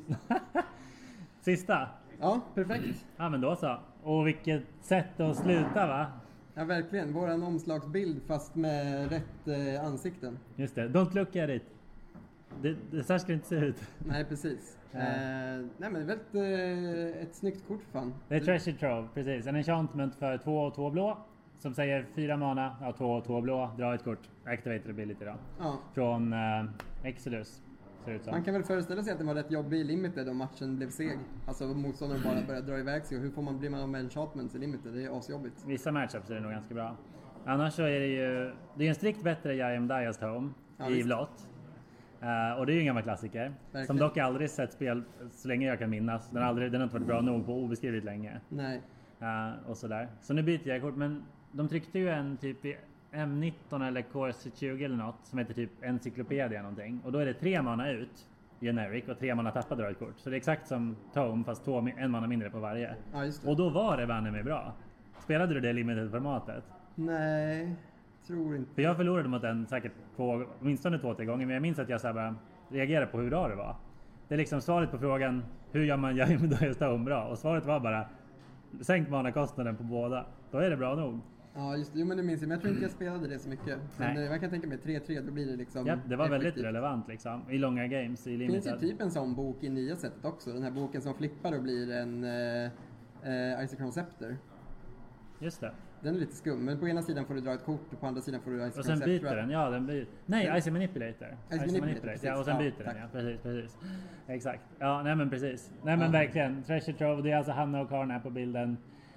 Sista. Ja, perfekt. Ja, men då så. Och vilket sätt att sluta, va? Ja, verkligen. Våran omslagsbild fast med rätt eh, ansikten. Just det. Don't look at it. Det, det så här ska det inte se ut. Nej, precis. Ja. Eh, nej, men det är väldigt eh, ett snyggt kort fan. Det är Treasure Trove, precis. En enchantment för två och två blå. Som säger fyra mana, ja, två och två blå. Dra ett kort. Activated ability då. Ja. Från eh, Exodus. Ser ut som. Man kan väl föreställa sig att det var rätt jobbig i Limited om matchen blev seg. Alltså motståndaren bara började dra iväg sig. Och hur får man, blir man av med enchantments i Limited? Det är asjobbigt. Vissa matchups är det nog ganska bra. Annars så är det ju... Det är en strikt bättre Yayam Diast Home ja, i visst. blått. Uh, och det är ju en gammal klassiker. Verkligen. Som dock aldrig sett spel så länge jag kan minnas. Den har, aldrig, den har inte varit bra nog på obeskrivligt länge. Nej. Uh, och sådär. Så nu byter jag kort. Men de tryckte ju en typ i M nitton eller Core tjugo eller något. Som heter typ Encyclopedia någonting. Och då är det tre mana ut. Generic och tre mana tappa dra ett kort. Så det är exakt som Tome fast två, en mana mindre på varje. Ja, just det. Och då var det banne mig bra. Spelade du det limited-formatet? Nej, tror inte. För jag förlorade mot den säkert på åtminstone två, tre gånger. Men jag minns att jag så här bara reagerade på hur bra det var. Det är liksom svaret på frågan hur gör man Yayam Diast Home bra? Och svaret var bara sänk mana-kostnaden på båda. Då är det bra nog. Ja, just det. Jo, men det minns jag. Men jag tror inte jag spelade det så mycket. Men Nej. man kan tänka mig tre tre, då blir det liksom Ja, det var effektivt. Väldigt relevant liksom. I långa games, i Det limited. finns ju typ en sån bok i nya sättet också. Den här boken som flippar och blir en eh, eh, Isochron Scepter. Just det. Den är lite skum, men på ena sidan får du dra ett kort och på andra sidan får du Isochron Och sen Scepter. byter den, ja den byter. Nej, den... Icy Manipulator. Icy Manipulator, ja, och sen ja, byter tack. den, ja. Precis, precis. Exakt. Ja, nej men precis. Nej men ja. verkligen. Treasure Trove, det är alltså Hanna och Karin här på bilden.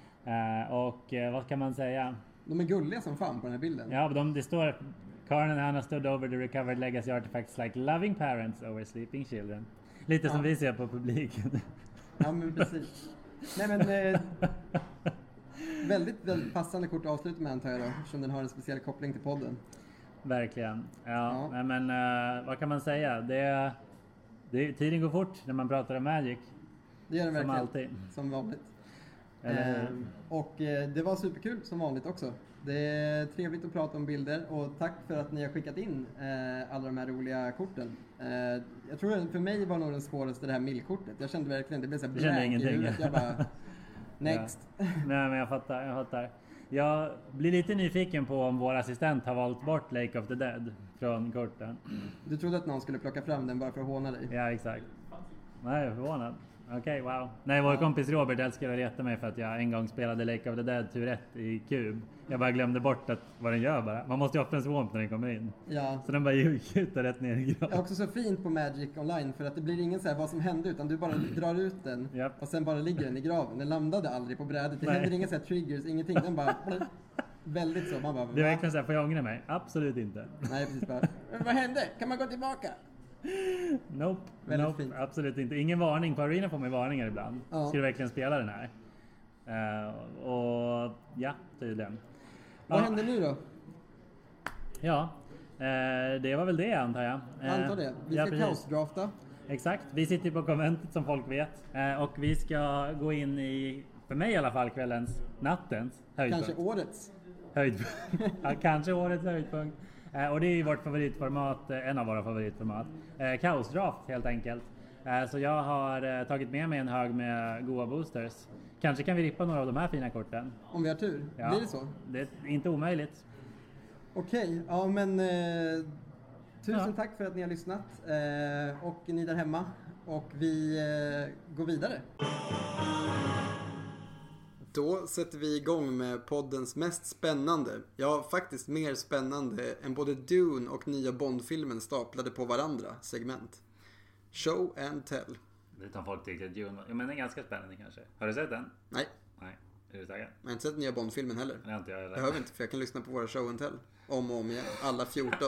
Uh, och uh, vad kan man säga? De är gulliga som fan på den här bilden. Ja, de, det står Karin and Hanna stood over the recovered legacy artifacts like loving parents over sleeping children. Lite ja. som vi ser på publiken. Ja, men precis. Nej men... Eh, väldigt, väldigt passande kort att avsluta med antar jag då, eftersom den har en speciell koppling till podden. Verkligen. Ja, ja. Nej, men uh, vad kan man säga? Det, det, tiden går fort när man pratar om Magic. Det gör den som verkligen. Alltid. Som vanligt. Eh, och eh, det var superkul som vanligt också. Det är trevligt att prata om bilder och tack för att ni har skickat in eh, alla de här roliga korten. Eh, jag tror att för mig var nog den svåraste det här millkortet. Jag kände verkligen, det blev så här blank i huvudet. Jag bara, next. Ja. Nej men jag fattar, jag fattar. Jag blir lite nyfiken på om vår assistent har valt bort Lake of the Dead från korten. Du trodde att någon skulle plocka fram den bara för att håna dig? Ja, exakt. Nej, jag är förvånad. Okej, okay, wow. Nej, vår kompis Robert älskar att reta mig för att jag en gång spelade Lake of the Dead tur ett i kub. Jag bara glömde bort att vad den gör bara. Man måste ju offra en swamp när den kommer in. Ja. Så den bara gick ut och rätt ner i graven. Det är också så fint på Magic Online för att det blir ingen så här vad som hände utan du bara drar ut den Yep. och sen bara ligger den i graven. Den landade aldrig på brädet. Det Nej. händer inga så här triggers, ingenting. Den bara... Väldigt så. Man bara, det är verkligen så här, får jag ångra mig? Absolut inte. Nej, precis bara. Men vad hände? Kan man gå tillbaka? Nope, Väldigt nope fint. Absolut inte. Ingen varning. På Arena får man varningar ibland. Ja. Ska du verkligen spela den här? Uh, och ja, tydligen. Vad ja. händer nu då? Ja, uh, det var väl det antar jag. Uh, Antar det. Vi ska ja, kaosdrafta. Exakt, vi sitter på konventet som folk vet. Eh, och vi ska gå in i, för mig i alla fall, kvällens, nattens höjdpunkt. Kanske årets. Höjdpunkt. Ja, kanske årets höjdpunkt. Eh, och det är vårt favoritformat, eh, en av våra favoritformat. Eh, Kaosdraft helt enkelt. Eh, så jag har eh, tagit med mig en hög med goa boosters. Kanske kan vi rippa några av de här fina korten. Om vi har tur, Ja, blir det så? Det är inte omöjligt. Okej, ja men eh, tusen Ja. tack för att ni har lyssnat eh, och ni där hemma. Och vi eh, går vidare. Då sätter vi igång med poddens mest spännande, ja faktiskt mer spännande än både Dune och nya Bond-filmen staplade på varandra segment. Show and tell. Utan folk tyckte att Dune var... Ja, men den är ganska spännande kanske. Har du sett den? Nej, Nej. Är du taggad? jag har inte sett nya Bond-filmen heller. Det har inte jag heller. Behöver inte, för jag kan lyssna på våra show and tell om och om igen, alla fjorton.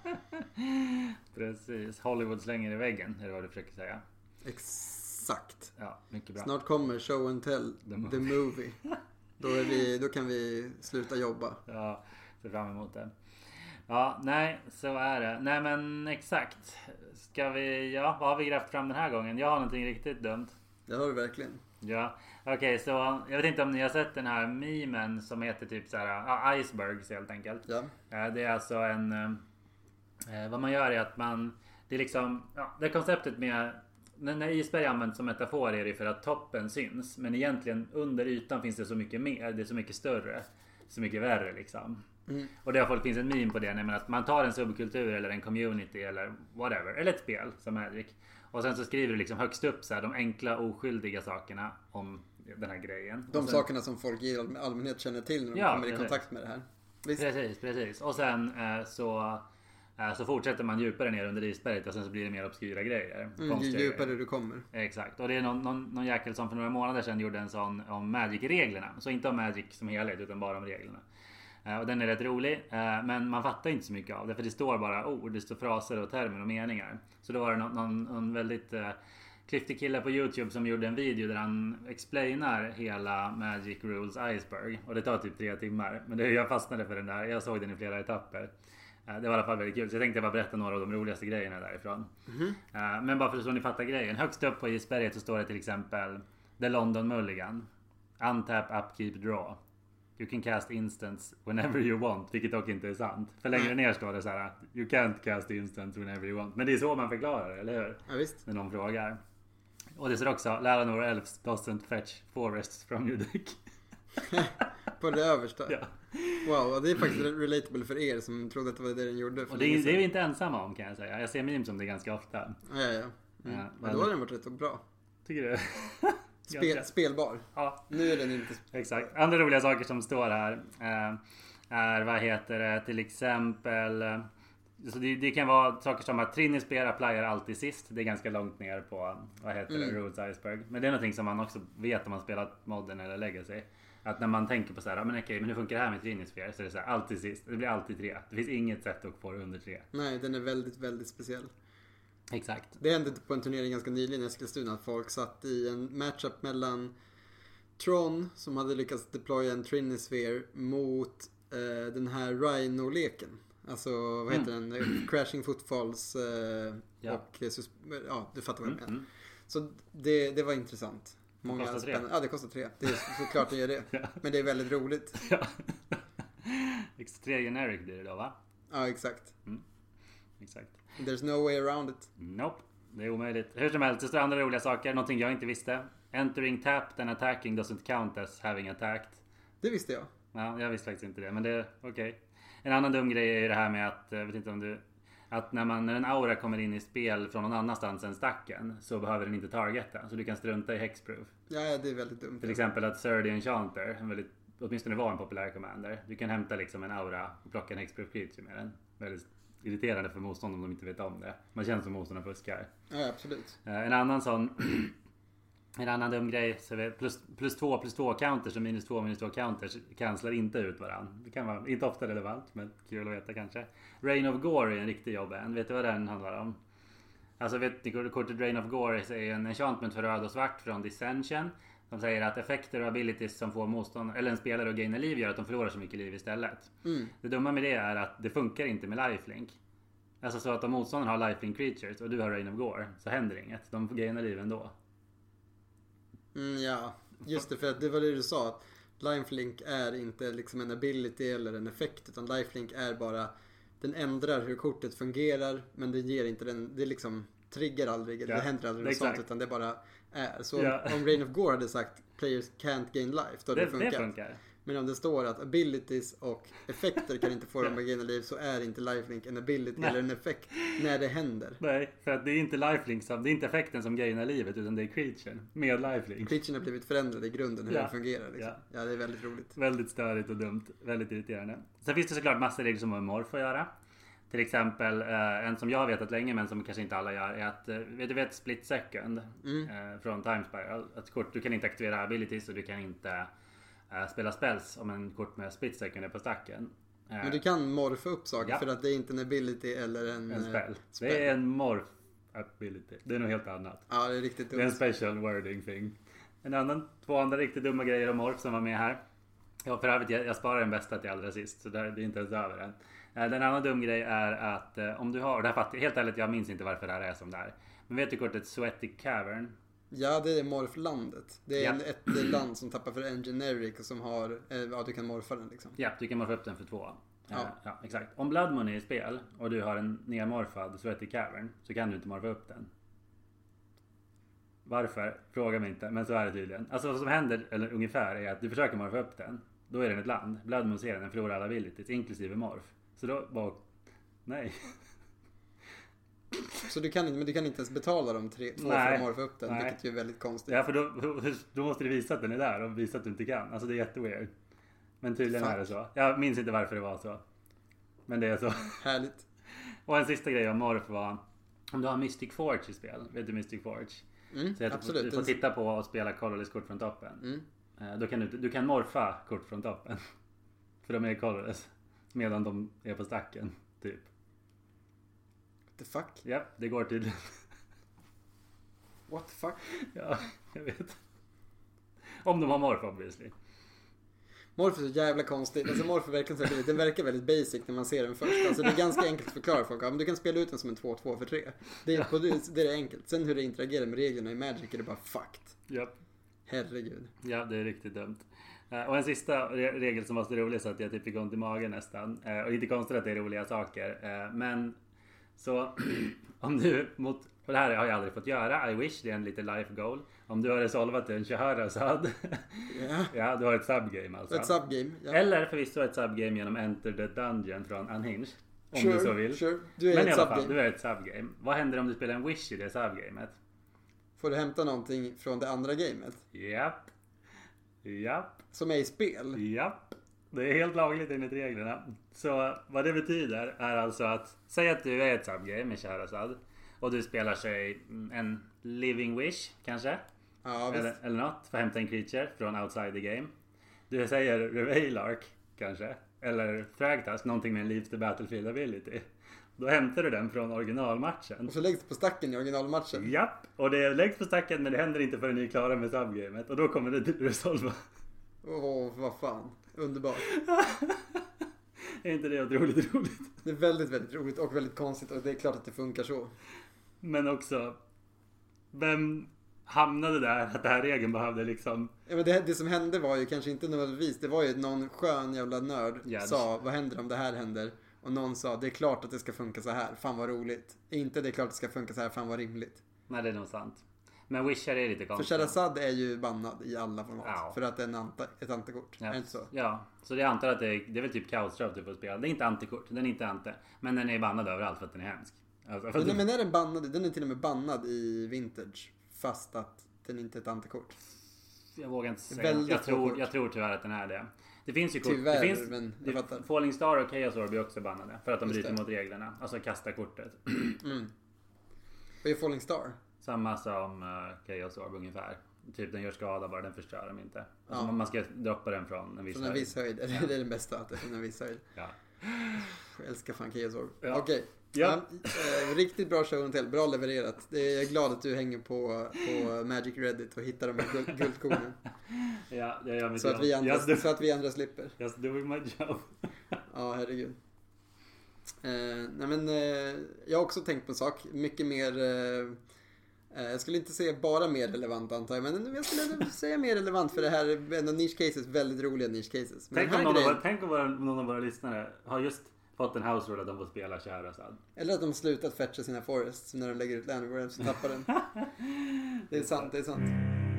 Precis. Hollywood slänger i väggen, är det vad du försöker säga. Exakt. Ja, mycket bra. Snart kommer show and tell, The the movie. movie. Då, är vi, då kan vi sluta jobba. Ja, ser fram emot det. Ja, nej, så är det. Nej, men exakt. Ska vi... Ja, vad har vi grävt fram den här gången? Jag har någonting riktigt dumt. Det har du verkligen. Ja, okej, okay, så jag vet inte om ni har sett den här memen som heter typ så här, uh, icebergs helt enkelt. Ja. Uh, det är alltså en... Uh, vad man gör är att man... Det är liksom... Ja, det konceptet med... När isberg används som metafor är det för att toppen syns. Men egentligen under ytan finns det så mycket mer. Det är så mycket större. Så mycket värre liksom. Mm. Och det har folk finns en meme på det. Men att man tar en subkultur eller en community eller whatever. Eller ett spel som Magic. Och sen så skriver du liksom högst upp så här, de enkla oskyldiga sakerna om den här grejen. De sen, sakerna som folk i allmänhet känner till när de Ja, kommer i precis. kontakt med det här. Visst? Precis, precis. Och sen eh, så... Så fortsätter man djupare ner under isberget och sen så blir det mer obskyra grejer. Mm, ju djupare grejer. Du kommer. Exakt. Och det är någon, någon, någon jäkel som för några månader sedan gjorde en sån om Magic-reglerna. Så inte om Magic som helhet utan bara om reglerna. Och den är rätt rolig. Men man fattar inte så mycket av det. För det står bara ord, det står fraser och termer och meningar. Så då var det någon, någon, någon väldigt uh, klyftig kille på YouTube som gjorde en video där han explainar hela Magic Rules Iceberg. Och det tar typ tre timmar. Men det, jag fastnade för den där. Jag såg den i flera etapper. Det var i alla fall väldigt kul. Så jag tänkte bara berätta några av de roligaste grejerna därifrån. Mm-hmm. Men bara för att så ni fattar grejen. Högst upp på isberget så står det till exempel The London Mulligan. Untap, upkeep, draw. You can cast instants whenever you want. Vilket dock inte är sant. För längre ner står det så här: You can't cast instants whenever you want. Men det är så man förklarar det, eller hur? Ja, visst. När någon frågar. Och det står också Lalanor Elves doesn't fetch forests from your deck. På det översta. Ja. Wow, det är faktiskt relatable för er som trodde att det var det den gjorde. För och det är, det är vi inte ensamma om, kan jag säga. Jag ser memes om det ganska ofta. Ja, ja, ja. Mm. Ja, men då har den varit rätt bra. Tycker du? Spel, spelbar. Ja. Nu är den inte... Exakt. Andra roliga saker som står här eh, är, vad heter det, till exempel... Eh, så det, det kan vara saker som att Trinisphere applyar alltid sist. Det är ganska långt ner på, vad heter mm. det, Rules Iceberg. Men det är någonting som man också vet om man spelat Modern eller Legacy. Att när man tänker på så här, men okej, men hur funkar det här med Trinisphere? Så är det så här, alltid sist. Det blir alltid tre. Det finns inget sätt att få det under tre. Nej, den är väldigt, väldigt speciell. Exakt. Det hände på en turnering ganska nyligen i Eskilstuna att folk satt i en matchup mellan Tron, som hade lyckats deploya en Trinisphere, mot eh, den här Rhino-leken. Alltså, vad heter mm. den? Crashing Footfalls eh, ja. och... Ja, du fattar vad jag menar. Mm. Så det, det var intressant. Många det kostar tre. Ja, det kostar tre. Det är såklart det gör det. Ja. Men det är väldigt roligt. Ja. Extra generic blir det då, va? Ja, exakt. Mm. Exakt. There's no way around it. Nope. Det är omöjligt. Hur som helst, det står andra roliga saker. Någonting jag inte visste. Entering tapped and attacking doesn't count as having attacked. Det visste jag. Ja, jag visste faktiskt inte det. Men det är okej. Okay. En annan dum grej är ju det här med att, jag vet inte om du... Att när, man, när en aura kommer in i spel från någon annanstans än stacken så behöver den inte targeta. Så du kan strunta i hexproof. Ja, det är väldigt dumt. Till exempel att Surdy Enchanter, en väldigt, åtminstone var en populär commander. Du kan hämta liksom en aura och plocka en hexproof creature med den. Väldigt irriterande för motstånd om de inte vet om det. Man känns som motståndarna fuskar. Ja, absolut. En annan sån... En annan dum grej, så vet, plus, plus två plus två counters och minus två minus två counters cancelar inte ut varandra. Det kan vara inte ofta relevant, men kul att veta kanske. Rain of Gore är en riktig jobb. Vet du vad den handlar om? Alltså vet ni, kortet Rain of Gore är en enchantment för röd och svart från Dissension. De säger att effekter och abilities som får motstånd eller en spelare att gaina liv gör att de förlorar så mycket liv istället. Mm. Det dumma med det är att det funkar inte med lifelink. Alltså så att om motståndaren har lifelink creatures och du har Reign of Gore så händer inget. De gainar liv ändå. Mm, ja, just det, för att det var det du sa. Att lifelink är inte liksom en ability eller en effekt, utan lifelink är bara, den ändrar hur kortet fungerar, men det ger inte den, det liksom triggar aldrig, eller ja, det händer aldrig något sånt, utan det bara är. Så ja. om Reign of Gore hade sagt players can't gain life, då hade det, det funkat. Det funkar. Men om det står att abilities och effekter kan inte få dem att gaina liv, så är inte lifelink en ability Nej. eller en effekt när det händer. Nej, för att det är inte lifelink som, det är inte effekten som gainar livet, utan det är creaturen med lifelink. Creaturen har blivit förändrad i grunden hur ja. den fungerar. Liksom. Ja. ja, det är väldigt roligt. Väldigt störigt och dumt. Väldigt irriterande. Sen finns det såklart massor regler som har med morf att göra. Till exempel, eh, en som jag har vetat länge men som kanske inte alla gör, är att, eh, vet du vet split second mm. eh, från Time Spiral. Att kort, du kan inte aktivera abilities och du kan inte eh, spela spells om en kort med split second är på stacken. Eh, men du kan morfa upp saker ja. för att det är inte en ability eller en, en spell. spell. Det är en morph ability. Det är något helt annat. Ja, det är riktigt dumt. Det är en special wording thing. En annan, två andra riktigt dumma grejer om morph som var med här. Ja, för övrigt, jag, jag sparar den bästa till allra sist, så där, det är inte ens över än. Den andra dum grej är att eh, om du har, och det här fattar, helt ärligt jag minns inte varför det här är som det är. Men vet du kortet Sweaty Cavern? Ja, det är morflandet. Det är ja. en, ett land som tappar för en generic och som har, eh, ja du kan morfa den liksom. Ja, du kan morfa upp den för två. Ja. Uh, ja, exakt. Om Blood Moon är i spel och du har en nermorfad Sweaty Cavern så kan du inte morfa upp den. Varför? Fråga mig inte, men så är det tydligen. Alltså vad som händer, eller ungefär, är att du försöker morfa upp den. Då är den ett land. Blood Moon ser den, den förlorar alla abilities, inklusive morf. Så då var... Nej. Så du kan inte, men du kan inte ens betala de tre, två Nej. för att morfa upp den, Nej. vilket ju är väldigt konstigt. Ja, för då, då måste du visa att den är där och visa att du inte kan. Alltså det är jätteweird. Men tydligen Fuck. är det så. Jag minns inte varför det var så. Men det är så. Härligt. Och en sista grej om morf var, om du har Mystic Forge i spel. Vet du Mystic Forge? Mm, så absolut. Du får titta på och spela colorless kort från toppen. Mm. Då kan du, du kan morfa kort från toppen. För de är colorless. Medan de är på stacken, typ. What the fuck? Ja, det går tydligen. What the fuck? Ja, jag vet. Om de har morf, obviously. Morf är så jävla konstigt. Alltså morf är verkligen så, den verkar väldigt basic när man ser den först. Alltså det är ganska enkelt att förklara för folk. Ja, men du kan spela ut den som en två två för tre. Det är, ja. det är enkelt. Sen hur det interagerar med reglerna i Magic är det bara fucked. Ja. Herregud. Ja, det är riktigt dumt. Och en sista regel som var så rolig så att jag typ fick ont i magen nästan. Och inte konstigt att det är roliga saker. Men så om du mot, och det här har jag aldrig fått göra, I wish, det är en lite life goal. Om du har resolvat en Shahrazad, yeah. ja, du har ett subgame alltså. Ett subgame, ja. Eller förvisso ett subgame genom Enter the Dungeon från Unhinged. Om sure, du så vill. Sure. Du är Men ett i alla subgame. fall, du är ett subgame. Vad händer om du spelar en wish i det subgamet? Får du hämta någonting från det andra gamet? Japp. Japp. Som är i spel? Japp. Det är helt lagligt enligt reglerna. Så vad det betyder är alltså att, säg att du är ett subgame med Shahrazad och du spelar sig en Living Wish kanske. Ja, eller, eller något för att hämta en creature från outside the game. Du säger Reveillark kanske. Eller Thragtusk, någonting med en Leave the Battlefield ability. Då hämtar du den från originalmatchen. Och så läggs det på stacken i originalmatchen. Japp, och det läggs på stacken men det händer inte förrän ni är klara med subgamet. Och då kommer det till resolva. Åh, oh, vad fan. Underbart. Är inte det otroligt roligt? Det är väldigt, väldigt roligt och väldigt konstigt. Och det är klart att det funkar så. Men också, vem hamnade där att det här regeln behövde liksom... Ja, men det, det som hände var ju kanske inte nödvändigtvis. Det var ju någon skön jävla nörd ja, det... sa, vad händer om det här händer? Och någon sa, det är klart att det ska funka så här. Fan vad roligt. Inte det är klart att det ska funka så här. Fan vad rimligt. Nej, det är nog sant. Men Wishar är lite konstigt. För Shahrazad är ju bannad i alla format. Ja. För att det är en anta, ett antikort. Ja. Är det inte så? Ja, så det antar att det är, det är väl typ Kaosdrav du får spela. Det är inte antikort, den är inte ante. Men den är bannad överallt för att den är hemsk. Alltså, för men, att... men är den bannad? Den är till och med bannad i Vintage. Fast att den inte är ett antikort. Jag vågar inte säga. Väldigt Jag tror, kort. jag tror tyvärr att den är det. Det finns ju kort. Tyvärr, det finns, men jag fattar. Falling Star och Chaos Orb är också bannade. För att de Just bryter det. mot reglerna. Alltså kasta kortet. Mm. Vad är Falling Star? Samma som uh, Chaos Orb ungefär. Typ den gör skada bara, den förstör dem inte. Alltså Ja. man ska droppa den från en viss Från en höjd. viss höjd. Ja. Det är den bästa, att det är från en viss höjd. Ja. Jag älskar fan Chaos Orb. Ja. Okej. Okay. Ja. Ja, eh, riktigt bra show and tell. Bra levererat. Det är, jag är glad att du hänger på, på Magic Reddit och hittar de här guld, guldkornen. Ja, det gör mitt så, att vi andra, just do, så att vi andra slipper. Just doing my job. Ja, herregud. Eh, nej men, eh, jag har också tänkt på en sak. Mycket mer... Eh, jag skulle inte säga bara mer relevant antar jag. Men jag skulle säga mer relevant för det här är ändå niche cases. Väldigt roliga niche cases. Men tänk, om någon grejen, av, tänk om någon av våra lyssnare har just fått en house rule att de får spela Scheherazad. eller att de slutat fetcha sina forests när de lägger ut Landware så tappar den. Det är sant, det är sant.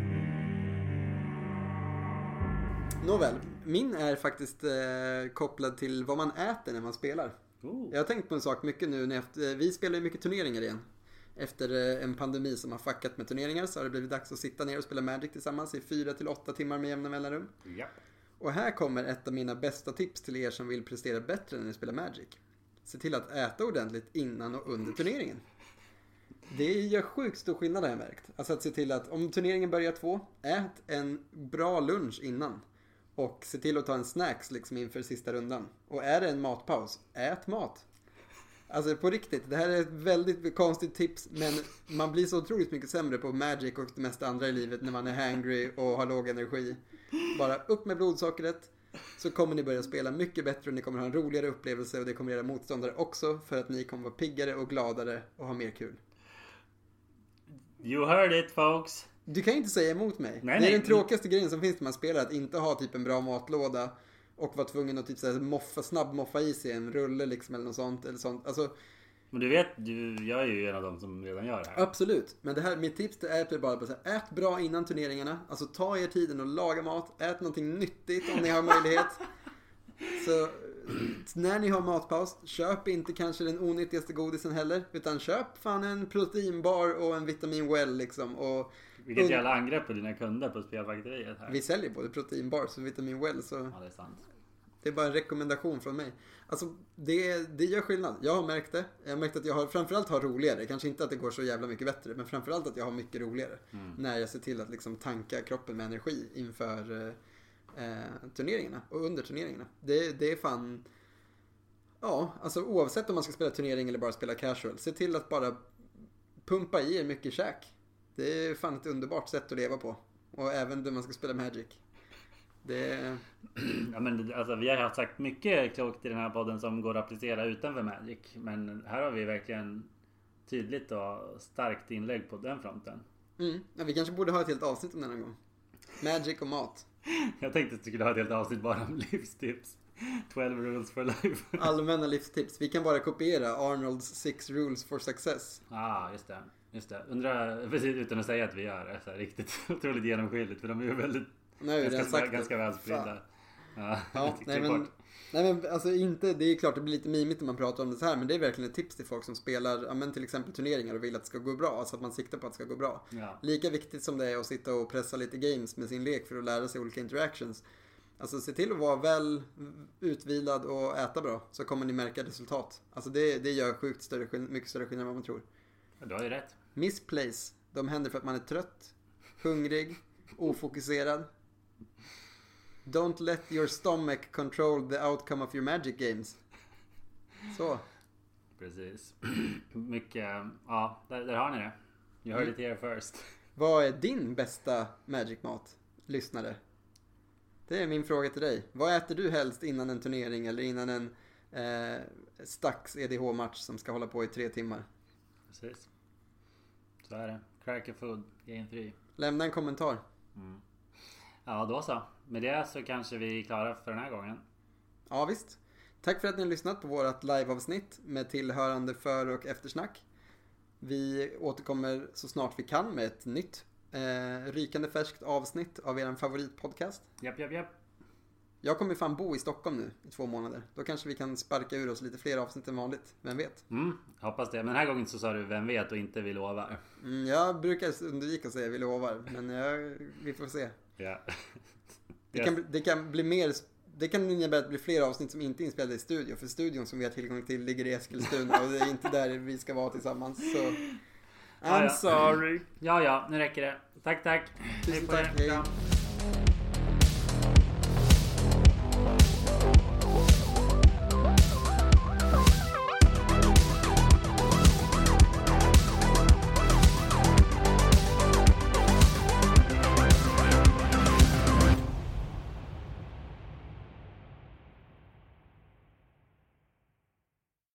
Nåväl, min är faktiskt eh, kopplad till vad man äter när man spelar. Oh. Jag har tänkt på en sak mycket nu. När efter, vi spelar ju mycket turneringar igen. Efter en pandemi som har fuckat med turneringar så har det blivit dags att sitta ner och spela Magic tillsammans i fyra till åtta timmar med jämna mellanrum. Ja. Och här kommer ett av mina bästa tips till er som vill prestera bättre när ni spelar Magic. Se till att äta ordentligt innan och under turneringen. Det gör sjukt stor skillnad har jag märkt. Alltså att se till att om turneringen börjar två, ät en bra lunch innan. Och se till att ta en snacks liksom inför sista rundan. Och är det en matpaus, ät mat. Alltså på riktigt, det här är ett väldigt konstigt tips. Men man blir så otroligt mycket sämre på Magic och det mesta andra i livet när man är hangry och har låg energi. Bara upp med blodsockret. Så kommer ni börja spela mycket bättre och ni kommer ha en roligare upplevelse. Och det kommer era motståndare också. För att ni kommer vara piggare och gladare och ha mer kul. You heard it folks. Du kan ju inte säga emot mig. Nej, det är nej. den tråkigaste grejen som finns när man spelar. Att inte ha typ en bra matlåda. Och vara tvungen att typ såhär moffa, snabb moffa i sig en rulle liksom eller något sånt. Eller sånt. Alltså, Men du vet, du, jag är ju en av dem som redan gör det här. absolut. Men det här, mitt tips det är bara att ät bra innan turneringarna. Alltså ta er tiden och laga mat. Ät någonting nyttigt om ni har möjlighet. Så när ni har matpaus, köp inte kanske den onyttigaste godisen heller. Utan köp fan en proteinbar och en vitamin well liksom. Och Vilket jävla angrepp på dina kunder på spelfaktoriet här. vi säljer både proteinbars och vitamin well så Ja, det är sant. det är bara en rekommendation från mig. Alltså det, det gör skillnad. Jag har märkt det. Jag har märkt att jag har, framförallt har roligare. Kanske inte att det går så jävla mycket bättre. Men framförallt att jag har mycket roligare. Mm. När jag ser till att liksom tanka kroppen med energi inför eh, turneringarna. Och under turneringarna. Det, det är fan... Ja, alltså oavsett om man ska spela turnering eller bara spela casual. Se till att bara pumpa i er mycket käk. Det är fan ett underbart sätt att leva på. Och även när man ska spela Magic. Det... Ja, men alltså, vi har haft sagt mycket klokt i den här podden som går att applicera utanför Magic. Men här har vi verkligen tydligt och starkt inlägg på den fronten. Mm. Ja, vi kanske borde ha ett helt avsnitt om den en gång. Magic och mat. Jag tänkte att du skulle ha ett helt avsnitt bara om livstips. twelve rules for life. Allmänna livstips. Vi kan bara kopiera Arnolds six rules for success. Ja, ah, just det. Just det. Undrar, precis utan att säga att vi gör det så här, riktigt otroligt genomskinligt. För de är ju väldigt Nej, ganska, sagt ganska välspridda. Ja, ja nej, men, nej men alltså inte, det är klart det blir lite mimigt när man pratar om det så här. Men det är verkligen ett tips till folk som spelar ja, men till exempel turneringar och vill att det ska gå bra. Så att man siktar på att det ska gå bra. Ja. Lika viktigt som det är att sitta och pressa lite games med sin lek för att lära sig olika interactions. Alltså se till att vara väl utvilad och äta bra. Så kommer ni märka resultat. Alltså det, det gör sjukt större, mycket större skillnad än vad man tror. Ja, du har ju rätt. Misplays. De händer för att man är trött, hungrig, ofokuserad. Don't let your stomach control the outcome of your Magic games. Så. Precis. Mycket, ja, där, där har ni det. You heard it here first. Vad är din bästa Magic-mat, lyssnare? Det är min fråga till dig. Vad äter du helst innan en turnering eller innan en eh, Stax E D H-match som ska hålla på i tre timmar? Precis. Så är det. Cracker food, game tre. Lämna en kommentar. Mm. Ja, då så. Med det så kanske vi är klara för den här gången. Ja, visst. Tack för att ni har lyssnat på vårt liveavsnitt med tillhörande för- och eftersnack. Vi återkommer så snart vi kan med ett nytt eh, rykande färskt avsnitt av er favoritpodcast. Japp, japp, japp. Jag kommer fan bo i Stockholm nu i två månader. Då kanske vi kan sparka ur oss lite fler avsnitt än vanligt. Vem vet? Mm, hoppas det. Men den här gången så sa du vem vet och inte vi lovar. Mm, jag brukar undvika att säga vi lovar. Men jag, vi får se. Ja. Det kan, det kan bli mer... Det kan innebära att det blir fler avsnitt som inte är inspelade i studio. För studion som vi har tillgång till ligger i Eskilstuna. Och det är inte där vi ska vara tillsammans. Så... I'm Ja, ja. sorry. Ja, ja, nu räcker det. Tack, tack. Tusen Hej på tack, er. hej. Bra.